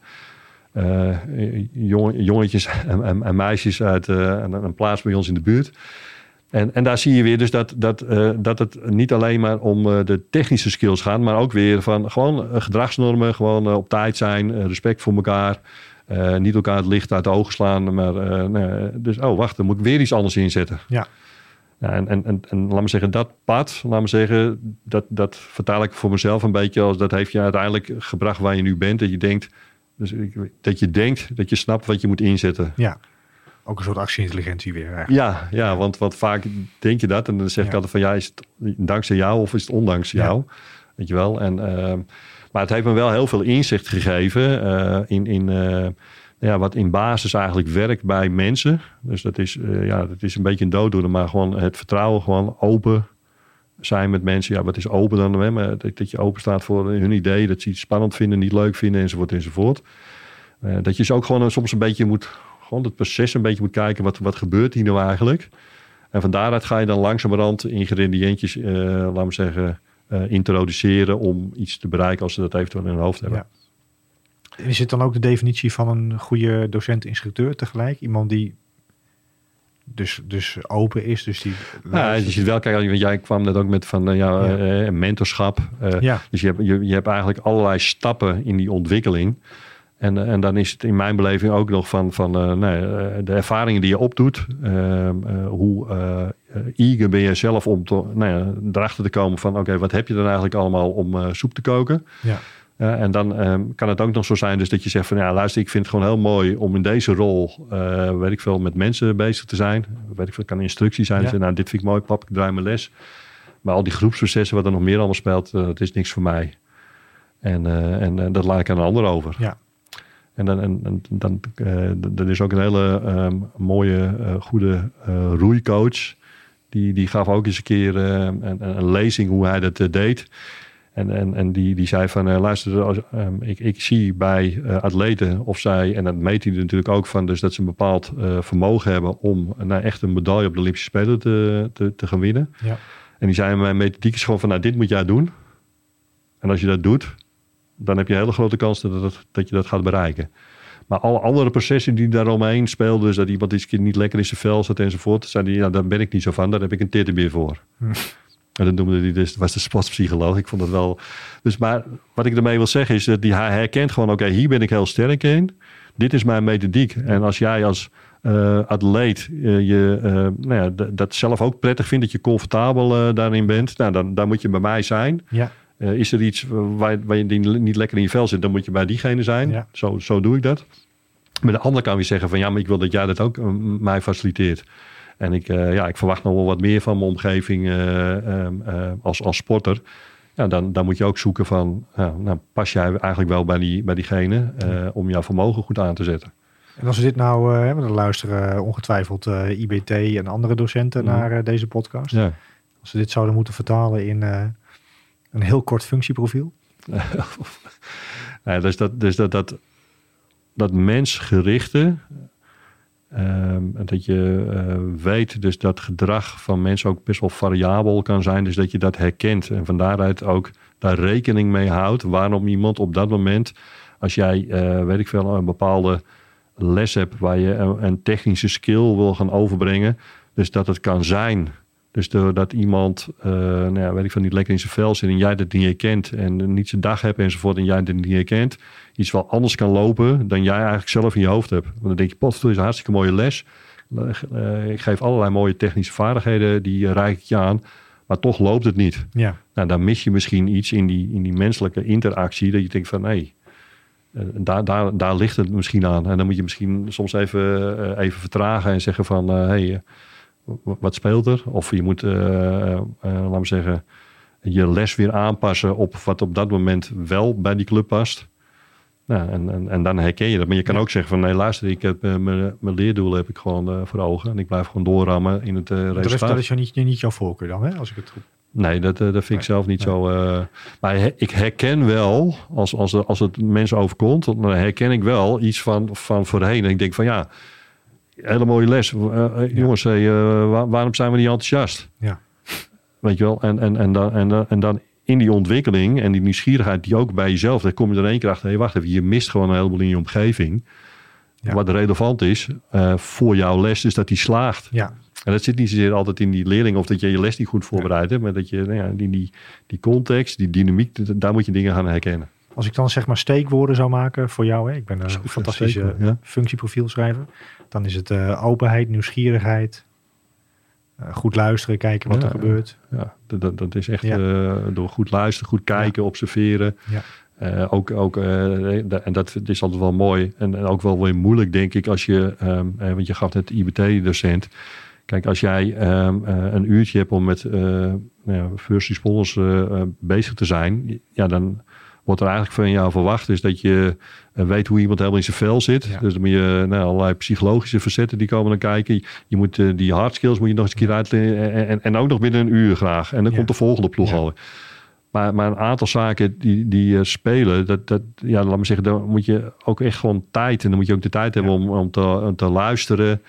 jongetjes en meisjes uit een plaats bij ons in de buurt. En daar zie je weer dus dat het niet alleen maar om de technische skills gaat, maar ook weer van gewoon gedragsnormen, gewoon op tijd zijn, respect voor elkaar, niet elkaar het licht uit de ogen slaan, maar dus wacht, dan moet ik weer iets anders inzetten. Ja. En laat me zeggen, dat pad, dat vertaal ik voor mezelf een beetje als dat heeft je uiteindelijk gebracht waar je nu bent, dat je denkt dat je snapt wat je moet inzetten. Ja. Ook een soort actie-intelligentie weer eigenlijk. Ja, want vaak denk je dat. En dan zeg ik altijd van, is het dankzij jou of is het ondanks jou? Weet je wel. Maar het heeft me wel heel veel inzicht gegeven in wat in basis eigenlijk werkt bij mensen. Dus dat is een beetje een dooddoener. Maar gewoon het vertrouwen, gewoon open zijn met mensen. Ja, wat is open dan? Maar dat je open staat voor hun idee. Dat ze iets spannend vinden, niet leuk vinden enzovoort. Dat je ze ook gewoon soms een beetje moet... Gewoon het proces een beetje moet kijken, wat gebeurt hier nou eigenlijk? En van daaruit ga je dan langzamerhand ingrediëntjes, laten we zeggen, introduceren om iets te bereiken als ze dat eventueel in hun hoofd hebben. Ja. Is het dan ook de definitie van een goede docent-instructeur tegelijk? Iemand die dus open is? Dus die je ziet wel, kijk, want jij kwam net ook met van mentorschap. Dus je hebt eigenlijk allerlei stappen in die ontwikkeling. En dan is het in mijn beleving ook nog van de ervaringen die je opdoet. Hoe eager ben je zelf om erachter te komen van... Oké, wat heb je dan eigenlijk allemaal om soep te koken? Ja. En dan kan het ook nog zo zijn dus dat je zegt van... luister, ik vind het gewoon heel mooi om in deze rol... weet ik veel, met mensen bezig te zijn. Weet ik veel, het kan instructie zijn. Ja. Dit vind ik mooi, pap, ik draai mijn les. Maar al die groepsprocessen, wat er nog meer allemaal speelt... dat is niks voor mij. En dat laat ik aan een ander over. Ja. En dan is ook een hele mooie, goede roeicoach. Die gaf ook eens een keer een lezing hoe hij dat deed. En die zei van, luister, ik zie bij atleten of zij... En dat meet hij natuurlijk ook van, dus dat ze een bepaald vermogen hebben... om echt een medaille op de Olympische Spelen te gaan winnen. Ja. En die zei, mijn methodiek is gewoon van, dit moet jij doen. En als je dat doet... dan heb je een hele grote kans dat je dat gaat bereiken. Maar alle andere processen die daaromheen speelden... dus dat iemand eens niet lekker in zijn vel zat enzovoort... zei die, daar ben ik niet zo van, daar heb ik een tittenbeer voor. En dat noemde hij dus, was de sportpsycholoog. Ik vond het wel... Dus, maar wat ik ermee wil zeggen is dat hij herkent gewoon... oké, hier ben ik heel sterk in. dit is mijn methodiek. En als jij als atleet dat zelf ook prettig vindt, dat je comfortabel daarin bent, nou, dan moet je bij mij zijn. Ja. Is er iets waar je niet lekker in je vel zit, dan moet je bij diegene zijn. Ja. Zo doe ik dat. Maar de ander kan weer zeggen van, ja, maar ik wil dat jij dat ook mij faciliteert. En ik verwacht nog wel wat meer van mijn omgeving als sporter. Ja, dan moet je ook zoeken van, pas jij eigenlijk wel bij diegene om jouw vermogen goed aan te zetten. En als we dit nou, we luisteren ongetwijfeld IBT en andere docenten naar deze podcast. Ja. Als we dit zouden moeten vertalen in een heel kort functieprofiel. Dus dat mensgerichte, dat je weet dus dat gedrag van mensen ook best wel variabel kan zijn. Dus dat je dat herkent en van daaruit ook daar rekening mee houdt. Waarom iemand op dat moment, als jij, een bepaalde les hebt waar je een technische skill wil gaan overbrengen. Dus dat het kan zijn. Dus doordat iemand, niet lekker in zijn vel zit en jij dat niet herkent en niet zijn dag hebt enzovoort en jij dat niet herkent, iets wel anders kan lopen dan jij eigenlijk zelf in je hoofd hebt. Want dan denk je, potverdorie, is een hartstikke mooie les. Ik geef allerlei mooie technische vaardigheden, die reik ik je aan, maar toch loopt het niet. Ja. Nou, dan mis je misschien iets in die menselijke interactie, dat je denkt van, nee, daar ligt het misschien aan. En dan moet je misschien soms even vertragen en zeggen van, wat speelt er? Of je moet, laten we zeggen, je les weer aanpassen op wat op dat moment wel bij die club past. Nou, en dan herken je dat. Maar je kan ook zeggen van, nee, luister, ik heb mijn leerdoelen heb ik gewoon voor ogen. En ik blijf gewoon doorrammen in het resultaat. Dat is niet jouw voorkeur dan, hè? Als ik het goed... Nee, dat vind ik zelf niet zo. Maar ik herken wel, als het mensen overkomt, dan herken ik wel iets van voorheen. En ik denk van, ja, hele mooie les. Jongens, waarom zijn we niet enthousiast? Ja. Weet je wel? En dan in die ontwikkeling en die nieuwsgierigheid die ook bij jezelf, dan kom je er één keer achter. Hey, wacht even, je mist gewoon een heleboel in je omgeving. Ja. Wat relevant is voor jouw les, dus dat die slaagt. Ja. En dat zit niet zozeer altijd in die leerling of dat je les niet goed voorbereid hebt, maar dat je die context, die dynamiek, daar moet je dingen gaan herkennen. Als ik dan zeg maar steekwoorden zou maken voor jou, hè? Ik ben een fantastische functieprofielschrijver, dan is het openheid, nieuwsgierigheid, goed luisteren, kijken wat er gebeurt. Ja, dat is echt door goed luisteren, goed kijken, observeren. Ja. En dat is altijd wel mooi en ook wel weer moeilijk, denk ik, als je, want je gaf net IBT-docent. Kijk, als jij een uurtje hebt om met first responders bezig te zijn, ja, dan wordt er eigenlijk van jou verwacht is dat je weet hoe iemand helemaal in zijn vel zit. Ja. Dus dan moet je allerlei psychologische facetten die komen dan kijken. Je moet die hard skills moet je nog eens een keer uitleggen en ook nog binnen een uur graag. En dan komt de volgende ploeg al. Maar een aantal zaken die spelen, laat me zeggen, dan moet je ook echt gewoon tijd. En dan moet je ook de tijd hebben om te luisteren.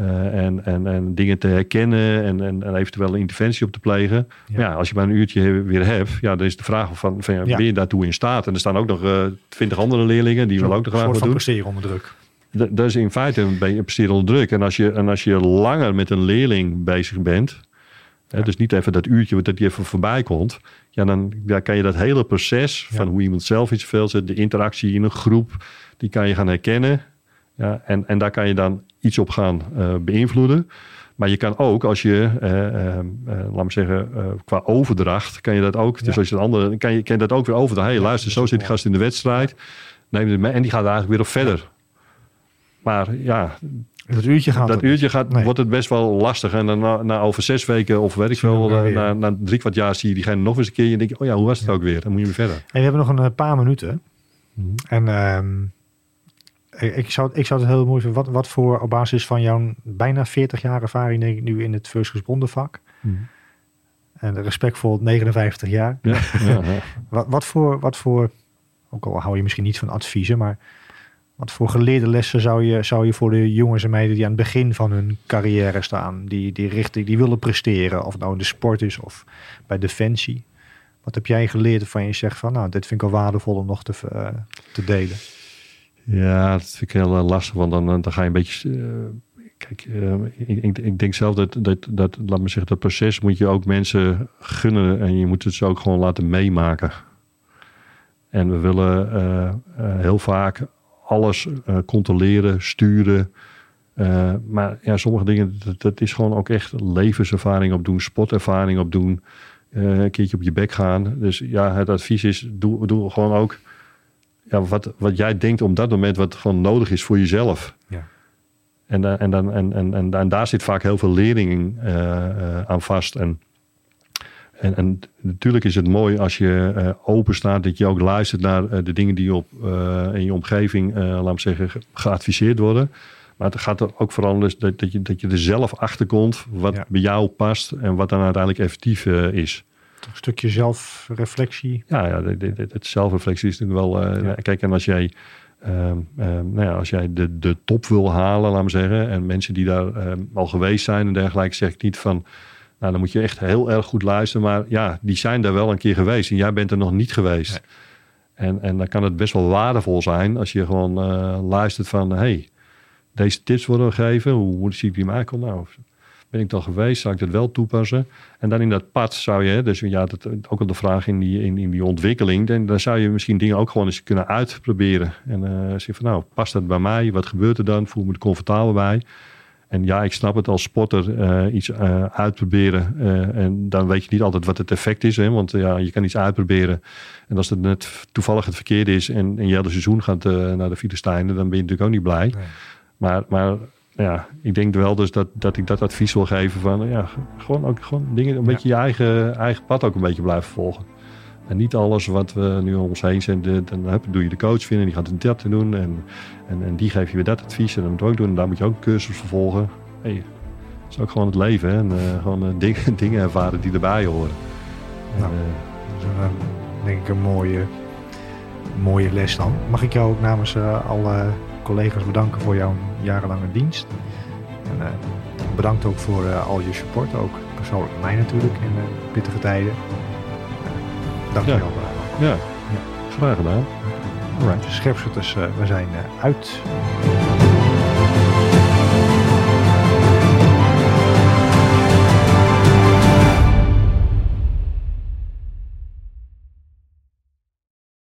En dingen te herkennen en eventueel een interventie op te plegen. Ja. Maar als je maar een uurtje weer hebt, dan is de vraag van ben je daartoe in staat? En er staan ook nog 20 andere leerlingen die willen ook nog graag wat doen. Presteren onder druk. Dat is in feite een presteren onder druk. En als je langer met een leerling bezig bent, dus niet even dat uurtje dat die even voorbij komt, dan kan je dat hele proces van hoe iemand zelf in zijn vel zit, de interactie in een groep, die kan je gaan herkennen. Ja, en daar kan je dan iets op gaan beïnvloeden. Maar je kan ook, als je, laat me zeggen, qua overdracht, kan je dat ook. Ja. Dus als je het andere, kan je dat ook weer overdragen. Hey, luister, zo zit die gast in de wedstrijd. Neem het mee en die gaat eigenlijk weer op verder. Maar ja, dat uurtje wordt het best wel lastig. En dan na over 6 weken of weet ik veel, na 3 kwart jaar zie je diegene nog eens een keer. En denk je, oh ja, hoe was het ook weer? Dan moet je weer verder. En we hebben nog een paar minuten. Mm-hmm. En ik zou het heel mooi vinden. Wat voor, op basis van jouw bijna 40 jaar ervaring, denk ik nu in het first responder vak. Mm-hmm. En respectvol 59 jaar. Ja. Wat voor, ook al hou je misschien niet van adviezen, maar wat voor geleerde lessen zou je voor de jongens en meiden die aan het begin van hun carrière staan, die willen presteren, of het nou in de sport is of bij Defensie. Wat heb jij geleerd waarvan je zegt van, nou, dit vind ik al waardevol om nog te delen? Ja, dat vind ik heel lastig, want dan ga je een beetje. Kijk, ik denk zelf dat, laat me zeggen, dat proces moet je ook mensen gunnen en je moet het ze ook gewoon laten meemaken. En we willen heel vaak alles controleren, sturen. Maar ja, sommige dingen, dat is gewoon ook echt levenservaring opdoen, sportervaring opdoen. Een keertje op je bek gaan. Dus ja, het advies is, doe gewoon ook wat jij denkt op dat moment wat gewoon nodig is voor jezelf. Ja. En daar zit vaak heel veel lering aan vast. En natuurlijk is het mooi als je open staat, dat je ook luistert naar de dingen die in je omgeving, laat me zeggen, geadviseerd worden. Maar het gaat er ook vooral om dat je er zelf achter komt wat bij jou past en wat dan uiteindelijk effectief is. Een stukje zelfreflectie. Ja, het zelfreflectie is natuurlijk wel... Kijk, en als jij... als jij de top wil halen, laat me zeggen, en mensen die daar al geweest zijn en dergelijke, zeg ik niet van, nou, dan moet je echt heel erg goed luisteren, maar ja, die zijn daar wel een keer geweest en jij bent er nog niet geweest. Nee. En dan kan het best wel waardevol zijn als je gewoon luistert van, hey, deze tips worden gegeven, hoe zie ik die maken? Nou, ben ik dan geweest, zou ik dat wel toepassen? En dan in dat pad zou je, dus ja, dat ook al de vraag in die ontwikkeling, dan zou je misschien dingen ook gewoon eens kunnen uitproberen. En zeg van, nou, past dat bij mij? Wat gebeurt er dan? Voel ik me er comfortabel bij? En ja, ik snap het als sporter, iets uitproberen. En dan weet je niet altijd wat het effect is. Hè? Want ja, je kan iets uitproberen. En als het net toevallig het verkeerde is en je hele seizoen gaat naar de Filistijnen, dan ben je natuurlijk ook niet blij. Nee. Maar ja, ik denk wel dus dat ik dat advies wil geven van ja, gewoon dingen, een beetje je eigen pad ook een beetje blijven volgen. En niet alles wat we nu om ons heen zijn, dan doe je de coach vinden, die gaat dat doen en die geeft je weer dat advies en dat moet je ook doen en daar moet je ook een cursus vervolgen. Hey, dat is ook gewoon het leven hè? En gewoon dingen ervaren die erbij horen. Nou, dat is denk ik een mooie les dan. Mag ik jou ook namens alle collega's bedanken voor jouw jarenlange dienst. En bedankt ook voor al je support, ook persoonlijk mij natuurlijk in pittige tijden. Dank je wel. Ja, graag gedaan. Alright, Scherpschutters, we zijn uit.